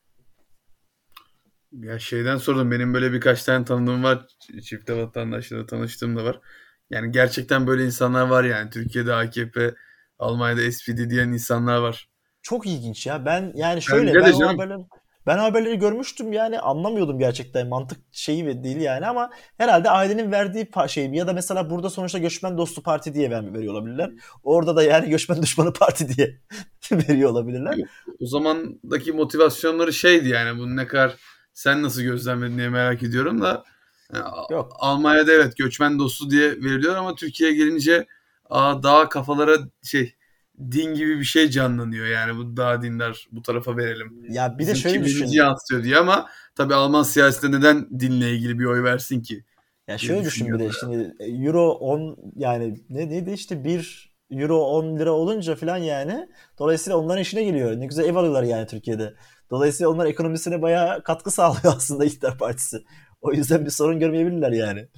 Ya şeyden sordum. Benim böyle birkaç tane tanıdığım var. Çifte vatandaşlarla tanıştığım da var. Yani gerçekten böyle insanlar var yani. Türkiye'de A K P, Almanya'da S P D diyen insanlar var. Çok ilginç ya. Ben yani şöyle Bence ben de o canım. haberleri ben o haberleri görmüştüm yani anlamıyordum gerçekten mantık şeyi ve değil yani ama herhalde ailenin verdiği pa- şey ya da mesela burada sonuçta göçmen dostu parti diye ver, veriyor olabilirler. Orada da yani göçmen düşmanı parti diye veriyor olabilirler. O zamandaki motivasyonları şeydi yani bu ne kadar sen nasıl gözlemledin diye merak ediyorum da yani Yok. Almanya'da evet göçmen dostu diye veriliyor ama Türkiye'ye gelince aa, daha kafalara şey din gibi bir şey canlanıyor yani bu daha dindar bu tarafa verelim. Ya bir de Bizim şöyle kimliğimizi düşün. yansıtıyor diye ama tabii Alman siyasetinde neden dinle ilgili bir oy versin ki Ya diye şöyle düşün bir düşünüyorum. de şimdi euro on yani ne neydi işte bir euro on lira olunca falan yani dolayısıyla onların işine geliyor. Ne güzel ev alıyorlar yani Türkiye'de. Dolayısıyla onlar ekonomisine bayağı katkı sağlıyor aslında İktidar Partisi. O yüzden bir sorun görmeyebilirler yani.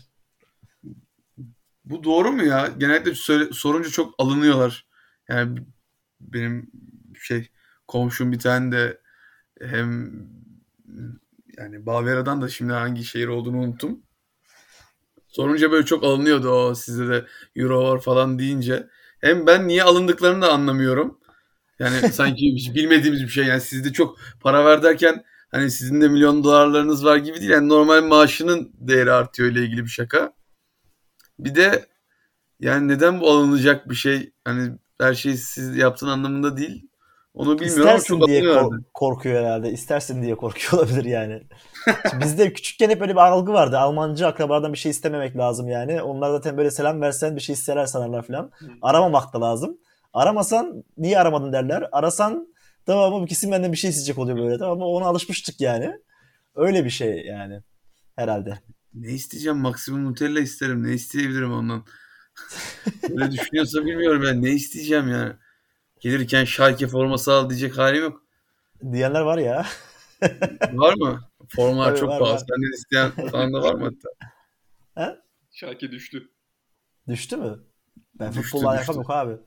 Bu doğru mu ya? Genellikle söyle, sorunca çok alınıyorlar. Yani benim şey komşum bir tane de hem yani Bavyera'dan da şimdi hangi şehir olduğunu unuttum. Sorunca böyle çok alınıyordu o sizde de euro var falan deyince. Hem ben niye alındıklarını da anlamıyorum. Yani sanki hiç bilmediğimiz bir şey. Yani sizde çok para ver derken hani sizin de milyon dolarlarınız var gibi değil. Yani normal maaşının değeri artıyor ile ilgili bir şaka. Bir de yani neden bu alınacak bir şey? Hani her şeyi siz yaptığın anlamında değil. Onu bilmiyorum ama çok İstersin diye alınıyorlardı. kork- korkuyor herhalde. İstersin diye korkuyor olabilir yani. Şimdi bizde küçükken hep böyle bir algı vardı. Almancı akrabadan bir şey istememek lazım yani. Onlar zaten böyle selam versen bir şey isterler sanarlar falan. Aramamak da lazım. Aramasan niye aramadın derler. Arasan tamam mı kesin benden bir şey isteyecek oluyor böyle. Tamam mı ona alışmıştık yani. Öyle bir şey yani herhalde. Ne isteyeceğim? Maksimum Nutella isterim. Ne isteyebilirim ondan? Öyle düşünüyorsa bilmiyorum ben. Ne isteyeceğim yani? Gelirken Schalke forması al diyecek halim yok. Diyenler var ya. Var mı? Formalar Tabii çok var pahalı. var. Senden isteyen falan da var mı hatta? Ha? Şalke düştü. Düştü mü? Ben futbolla Düştü alakam düştü. yok abi.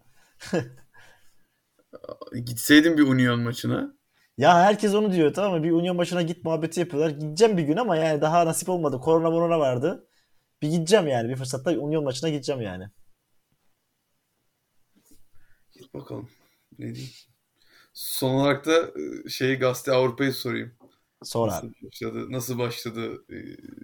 Gitseydin bir Union maçına. Ya herkes onu diyor tamam mı? Bir Union başına git muhabbeti yapıyorlar. Gideceğim bir gün ama yani daha nasip olmadı. Korona morona vardı. Bir gideceğim yani. Bir fırsatta Union maçına gideceğim yani. Git bakalım. Ne diyeyim? Son olarak da e, şey gazete Avrupa'yı sorayım. Sor Nasıl abi. başladı? Nasıl başladı? Ee,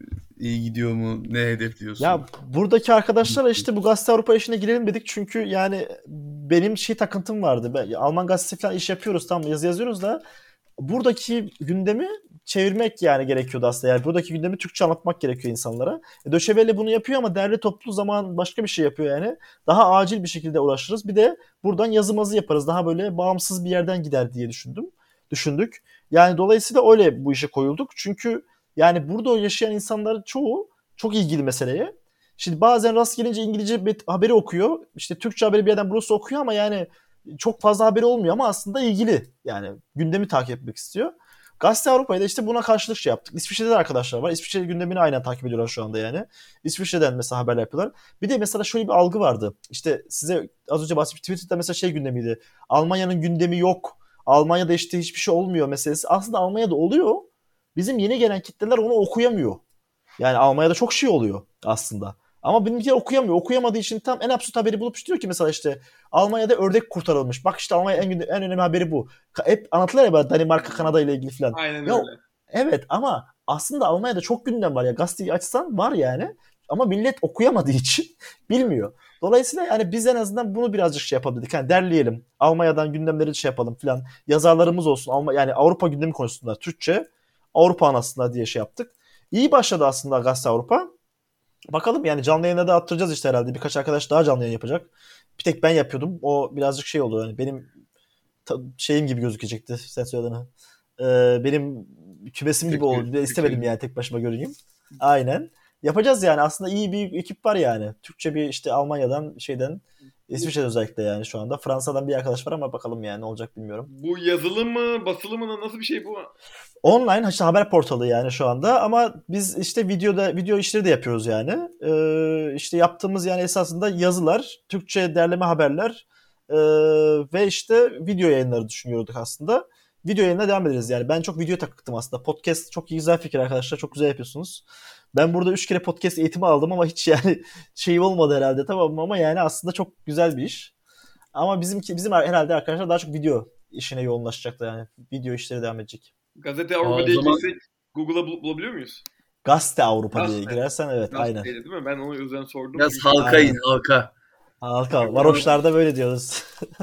iyi gidiyor mu? Ne hedefliyorsun? Ya buradaki arkadaşlarla işte bu Gazete Avrupa işine girelim dedik. Çünkü yani benim şey takıntım vardı. Ben, Alman gazetesi falan iş yapıyoruz tamam yazı yazıyoruz da buradaki gündemi çevirmek yani gerekiyordu aslında. Yani buradaki gündemi Türkçe anlatmak gerekiyor insanlara. E, Deutsche Welle bunu yapıyor ama derli toplu zaman başka bir şey yapıyor yani. Daha acil bir şekilde ulaşırız. Bir de buradan yazı mazı yaparız. Daha böyle bağımsız bir yerden gider diye düşündüm. Düşündük. Yani dolayısıyla öyle bu işe koyulduk. Çünkü yani burada yaşayan insanların çoğu çok ilgili meseleye. Şimdi bazen rast gelince İngilizce bet- haberi okuyor. İşte Türkçe haberi bir yerden burası okuyor ama yani çok fazla haberi olmuyor ama aslında ilgili. Yani gündemi takip etmek istiyor. Gazete Avrupa'yı da işte buna karşılık şey yaptık. İsviçre'de de arkadaşlar var. İsviçre gündemini aynen takip ediyorlar şu anda yani. İsviçre'den mesela haberler yapıyorlar. Bir de mesela şöyle bir algı vardı. İşte size az önce bahsetmiştim. Twitter'da mesela şey gündemiydi. Almanya'nın gündemi yok. Almanya'da işte hiçbir şey olmuyor meselesi. Aslında Almanya'da oluyor. Bizim yeni gelen kitleler onu okuyamıyor. Yani Almanya'da çok şey oluyor aslında. Ama benimkiler okuyamıyor. Okuyamadığı için tam en absürt haberi bulup diyor ki mesela işte Almanya'da ördek kurtarılmış. Bak işte Almanya en, en önemli haberi bu. Hep anlatılır ya böyle Danimarka, Kanada ile ilgili falan. Aynen Ya öyle. evet ama aslında Almanya'da çok gündem var ya. Gazeteyi açsan var yani. Ama millet okuyamadığı için bilmiyor. Dolayısıyla yani biz en azından bunu birazcık şey yapabildik. Yani derleyelim. Almanya'dan gündemleri şey yapalım falan. Yazarlarımız olsun. Alma, yani Avrupa gündemi konuşsunlar. Türkçe. Avrupa anlatsınlar diye şey yaptık. İyi başladı aslında Gazete Avrupa. Bakalım yani canlı yayına da attıracağız işte herhalde. Birkaç arkadaş daha canlı yayın yapacak. Bir tek ben yapıyordum. O birazcık şey oldu. Yani benim ta- şeyim gibi gözükecekti sen söylediğine. Ee, benim kümesim gibi oldu. Bir de istemedim yani tek başıma görüneyim. Aynen. Yapacağız yani. Aslında iyi bir ekip var yani. Türkçe bir işte Almanya'dan şeyden İsviçre'de özellikle yani şu anda. Fransa'dan bir arkadaş var ama bakalım yani ne olacak bilmiyorum. Bu yazılı mı, basılı mı, nasıl bir şey bu? Online işte haber portalı yani şu anda ama biz işte videoda video işleri de yapıyoruz yani. Ee, işte yaptığımız yani esasında yazılar, Türkçe derleme haberler ee, ve işte video yayınları düşünüyorduk aslında. Video yayınına devam ederiz yani. Ben çok video takıktım aslında. Podcast çok iyi güzel fikir arkadaşlar. Çok güzel yapıyorsunuz. Ben burada üç kere podcast eğitimi aldım ama hiç yani şey olmadı herhalde tamam mı? Ama yani aslında çok güzel bir iş. Ama bizimki bizim herhalde arkadaşlar daha çok video işine yoğunlaşacaklar yani. Video işleri devam edecek. Gazete Aa, Avrupa o diye zaman girsek Google'a bul- bulabiliyor muyuz? Gazete Avrupa diye Gazete. girersen evet aynen. Gazete değil mi? Ben onu o yüzden sordum. biraz Çünkü halka in Aynen. halka. Halka. Varoşlarda böyle diyoruz.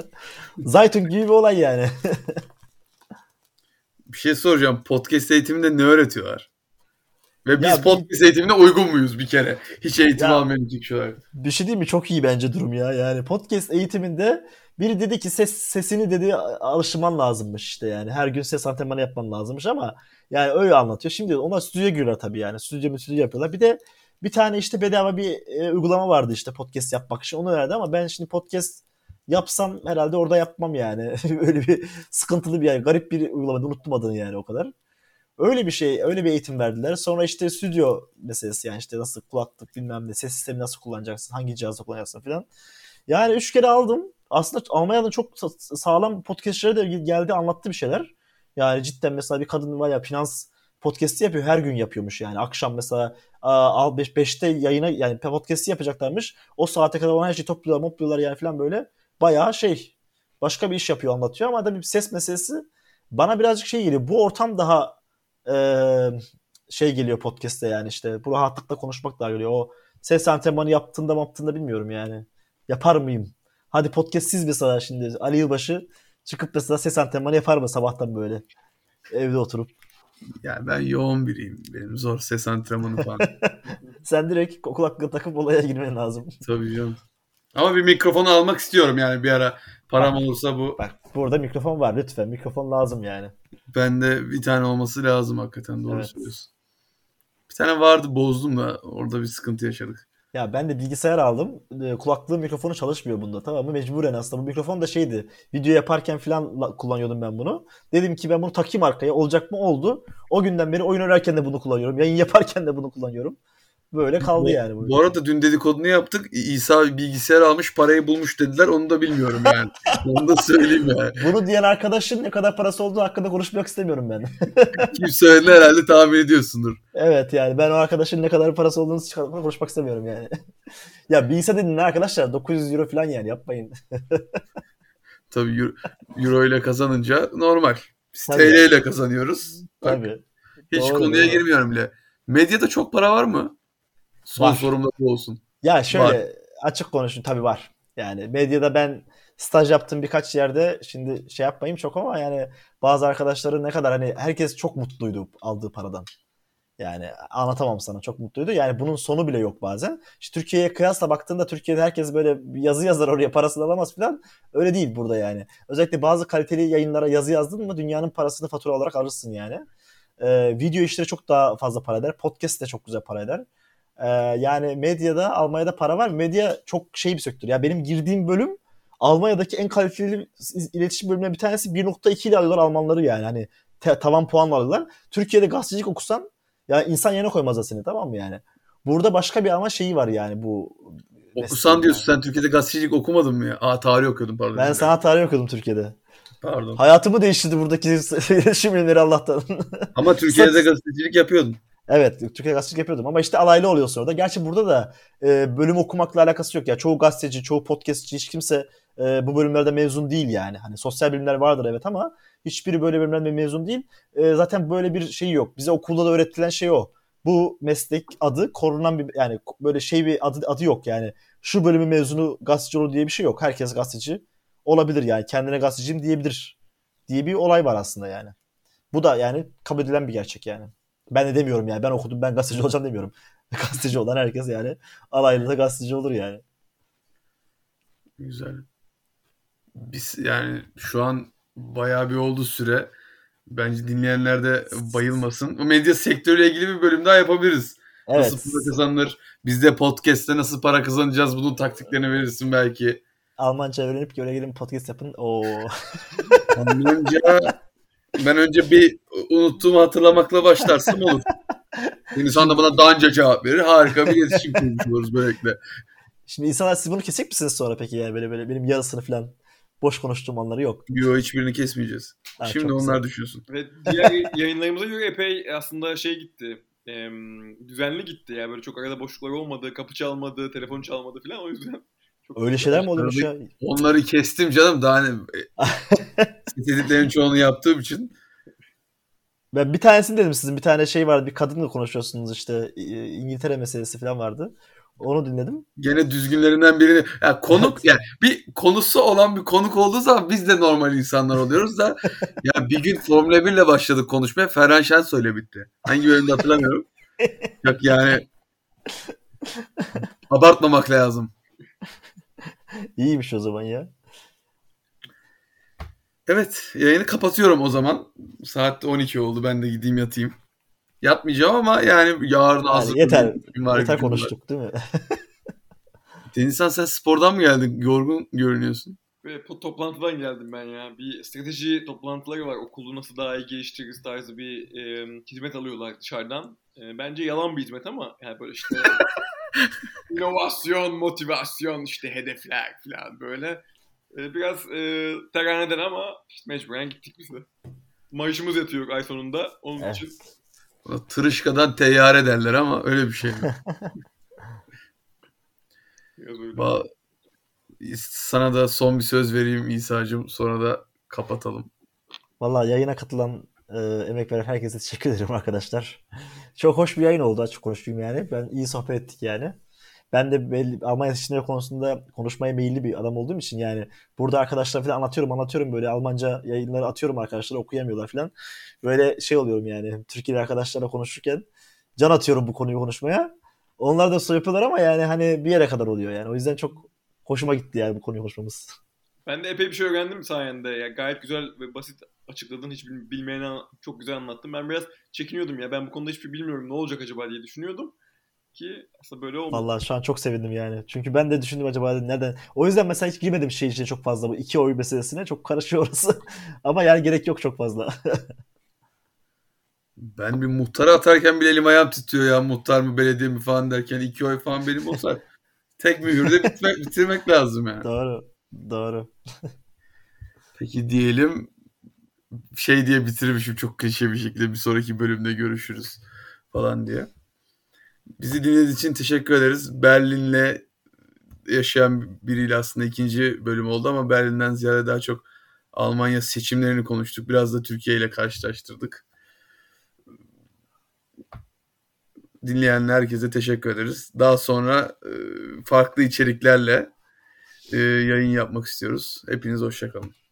Zaytun gibi bir olay yani. Bir şey soracağım. Podcast eğitiminde ne öğretiyorlar? Ve biz Ya bir, podcast eğitimine uygun muyuz bir kere? Hiç eğitim ya almayan iki kişi olarak. bir şey değil mi? Çok iyi bence durum ya. Yani podcast eğitiminde biri dedi ki ses sesini dedi alışman lazımmış işte yani. Her gün ses antrenmanı yapman lazımmış ama yani öyle anlatıyor. Şimdi onlar stüdyoya giriyorlar tabii yani. Stüdyo mu stüdyo yapıyorlar. Bir de bir tane işte bedava bir e, uygulama vardı işte podcast yapmak için. Onu önerdi ama ben şimdi podcast yapsam herhalde orada yapmam yani. Öyle bir sıkıntılı bir yani. Garip bir uygulama. Unuttum adını yani o kadar. Öyle bir şey, öyle bir eğitim verdiler. Sonra işte stüdyo meselesi yani işte nasıl kulaklık bilmem ne, ses sistemi nasıl kullanacaksın, hangi cihazda kullanacaksın falan. Yani üç kere aldım. Aslında Almanya'dan çok sağlam podcastçilere de geldi anlattı bir şeyler. Yani cidden mesela bir kadın var ya finans podcast'i yapıyor. Her gün yapıyormuş yani. Akşam mesela al beşte yayına yani podcast'i yapacaklarmış. O saate kadar ona her şeyi topluyorlar, mopluyorlar yani falan böyle. Bayağı şey başka bir iş yapıyor, anlatıyor ama tabii ses meselesi bana birazcık şey geliyor. Bu ortam daha e, şey geliyor podcast'te, yani işte bu rahatlıkla konuşmak daha geliyor. O ses antrenmanı yaptığında mı yaptığında bilmiyorum yani. Yapar mıyım? Hadi podcast siz mesela şimdi Ali Yılbaşı çıkıp mesela ses antrenmanı yapar mı sabahtan böyle evde oturup? Ya ben yoğun biriyim. Benim zor ses antrenmanı falan. Sen direkt kulaklığı takıp olaya girmen lazım. Tabii canım. Ama bir mikrofonu almak istiyorum yani bir ara. Param Bak, olursa bu. bak burada mikrofon var, lütfen. Mikrofon lazım yani. Bende bir tane olması lazım hakikaten, doğru Evet. söylüyorsun. Bir tane vardı, bozdum da orada bir sıkıntı yaşadık. Ya ben de bilgisayar aldım. E, Kulaklığın mikrofonu çalışmıyor bunda, tamam mı? Mecburen aslında. Bu mikrofon da şeydi. Video yaparken falan la- kullanıyordum ben bunu. Dedim ki ben bunu takayım arkaya. Olacak mı? Oldu. O günden beri oyun oynarken de bunu kullanıyorum. Yayın yaparken de bunu kullanıyorum. Böyle kaldı Bu, yani bu. bu arada dün dedikodunu yaptık. İsa bilgisayar almış, parayı bulmuş dediler. Onu da bilmiyorum yani. Onu da söyleyeyim yani. Bunu diyen arkadaşın ne kadar parası olduğu hakkında konuşmak istemiyorum ben. Kim söyledi herhalde tahmin ediyorsundur. Evet, yani ben o arkadaşın ne kadar parası olduğunu çıkartmak, konuşmak istemiyorum yani. Ya bilgisayar dedin ne arkadaşlar, dokuz yüz euro falan yani, yapmayın. Tabii euro, euro ile kazanınca normal. Biz Tabii T L yani. ile kazanıyoruz. Bak, Tabii. hiç Doğru, konuya doğru. girmiyorum bile. Medyada çok para var mı? Son Var. sorum da bu olsun. Ya şöyle Var. açık konuşayım, tabii var. Yani medyada ben staj yaptım birkaç yerde. Şimdi şey yapmayayım çok ama yani bazı arkadaşların ne kadar, hani herkes çok mutluydu aldığı paradan. Yani anlatamam sana, çok mutluydu. Yani bunun sonu bile yok bazen. İşte Türkiye'ye kıyasla baktığında Türkiye'de herkes böyle yazı yazar oraya, parasını alamaz falan. Öyle değil burada yani. Özellikle bazı kaliteli yayınlara yazı yazdın mı dünyanın parasını fatura olarak alırsın yani. Ee, video işleri çok daha fazla para eder. Podcast de çok güzel para eder. Ee, yani medyada, Almanya'da para var. Medya çok şey bir sektör. Ya benim girdiğim bölüm Almanya'daki en kaliteli iletişim bölümüne bir tanesi, bir nokta iki ile alıyorlar Almanları yani. Hani te- tavan puan alıyorlar. Türkiye'de gazetecilik okusan ya insan yerine koymazlar seni, tamam mı yani? Burada başka bir ama şeyi var yani bu Okusan mesleğin diyorsun, yani. sen Türkiye'de gazetecilik okumadın mı ya? Aa, tarih okuyordum, pardon. Ben sanat tarihi okudum Türkiye'de. Pardon. Hayatımı değiştirdi buradaki iletişim bilimleri Allah'tan. Ama Türkiye'de gazetecilik yapıyordun. Evet, Türkiye gazetecilik yapıyordum ama işte alaylı oluyorsun orada. Gerçi burada da e, bölüm okumakla alakası yok ya. Çoğu gazeteci, çoğu podcastçi, hiç kimse e, bu bölümlerde mezun değil yani. Hani sosyal bilimler vardır evet ama hiçbiri böyle bölümlerden mezun değil. E, zaten böyle bir şey yok. Bize okulda da öğretilen şey o. Bu meslek adı korunan bir, yani böyle şey bir adı adı yok yani. Şu bölümün mezunu gazeteci olur diye bir şey yok. Herkes gazeteci olabilir yani. Kendine gazeteciyim diyebilir diye bir olay var aslında yani. Bu da yani kabul edilen bir gerçek yani. Ben de demiyorum yani. Ben okudum, ben gazeteci olacağım demiyorum. Gazeteci olan herkes yani alaylı da gazeteci olur yani. Güzel. Biz yani şu an bayağı bir oldu süre. Bence dinleyenler de bayılmasın. O medya sektörüyle ilgili bir bölüm daha yapabiliriz. Nasıl Evet. para kazanılır? Biz de podcast'te nasıl para kazanacağız? Bunun taktiklerini verirsin belki. Almanca öğrenip göre gelin podcast yapın. Oo. Almanca ben önce bir unuttuğumu hatırlamakla başlarsam olur. İnsan da bana daha önce cevap verir. Harika bir iletişim kurmuş oluruz böylelikle. Şimdi insanlar, siz bunu kesecek misiniz sonra peki yani, böyle böyle benim yarısını falan boş konuştuğum anları yok. Yo, hiçbirini kesmeyeceğiz. Ha, Şimdi çok onlar güzel. düşünsün. Ve diğer yayınlarımıza göre epey aslında şey gitti. E, düzenli gitti yani, böyle çok arada boşluklar olmadı, kapı çalmadı, telefon çalmadı falan, o yüzden çok Öyle şeyler mi oluyormuş ya? Onları kestim canım, daha ne? Ses editlerin çoğunu yaptığım için. Ben bir tanesini dedim sizin, bir tane şey vardı, bir kadınla konuşuyorsunuz işte, İ- İngiltere meselesi falan vardı. Onu dinledim. Gene düzgünlerinden birini. Ya konuk Evet. yani bir konusu olan bir konuk olduğu zaman biz de normal insanlar oluyoruz da ya bir gün Formula bir ile başladık konuşmaya. Ferhan Şensoy'la bitti. Hangi bölümde hatırlamıyorum. Yok yani abartmamak lazım. İyiymiş o zaman ya. Evet, yayını kapatıyorum o zaman. Saat on iki oldu. Ben de gideyim yatayım. Yatmayacağım ama yani yarın hazır Yani yeter. gün var, Yeter gücüm var. konuştuk değil mi? Denizhan, sen spordan mı geldin? Yorgun görünüyorsun. Ve toplantıdan geldim ben ya. Bir strateji toplantıları var. Okulu nasıl daha iyi geliştiririz tarzı bir e, hizmet alıyorlar dışarıdan. E, bence yalan bir hizmet ama yani böyle işte inovasyon, motivasyon, işte hedefler falan böyle. E, biraz e, teraneden ama işte mecburen gittik biz de. Maaşımız yatıyor ay sonunda. Onun Evet. için. Tırışkadan teyyare derler ama öyle bir şey mi? Biraz öyle. Va- Sana da son bir söz vereyim İsa'cığım. Sonra da kapatalım. Vallahi yayına katılan, e, emek veren herkese teşekkür ederim arkadaşlar. Çok hoş bir yayın oldu, açık konuşayım yani. Ben iyi sohbet ettik yani. Ben de belli Almanya seçimleri konusunda konuşmaya meyilli bir adam olduğum için yani burada arkadaşlar falan anlatıyorum anlatıyorum böyle Almanca yayınları atıyorum, arkadaşlar okuyamıyorlar falan. Böyle şey oluyorum yani Türkiye'li arkadaşlarla konuşurken can atıyorum bu konuyu konuşmaya. Onlar da soru yapıyorlar ama yani hani bir yere kadar oluyor yani. O yüzden çok hoşuma gitti yani bu konuyu konuşmamız. Ben de epey bir şey öğrendim sayende. Ya gayet güzel ve basit açıkladın. Hiç bil- bilmeyene çok güzel anlattın. Ben biraz çekiniyordum ya. Ben bu konuda hiçbir şey bilmiyorum. Ne olacak acaba diye düşünüyordum. Ki aslında böyle olmadı. Vallahi şu an çok sevindim yani. Çünkü ben de düşündüm acaba dedim, neden. O yüzden mesela hiç girmedim şey içine çok fazla, bu iki oy meselesine. Çok karışıyor orası. Ama yani gerek yok çok fazla. Ben bir muhtara atarken bile elim ayağım titriyor ya. Muhtar mı belediye mi falan derken iki oy falan benim olsa tek mühürde bitmek, bitirmek lazım yani. Doğru. Doğru. Peki diyelim, şey diye bitirmişim çok klişe bir şekilde, bir sonraki bölümde görüşürüz falan diye. Bizi dinlediğiniz için teşekkür ederiz. Berlin'le yaşayan biriyle aslında ikinci bölüm oldu ama Berlin'den ziyade daha çok Almanya seçimlerini konuştuk. Biraz da Türkiye ile karşılaştırdık. Dinleyen herkese teşekkür ederiz. Daha sonra farklı içeriklerle yayın yapmak istiyoruz. Hepiniz hoşça kalın.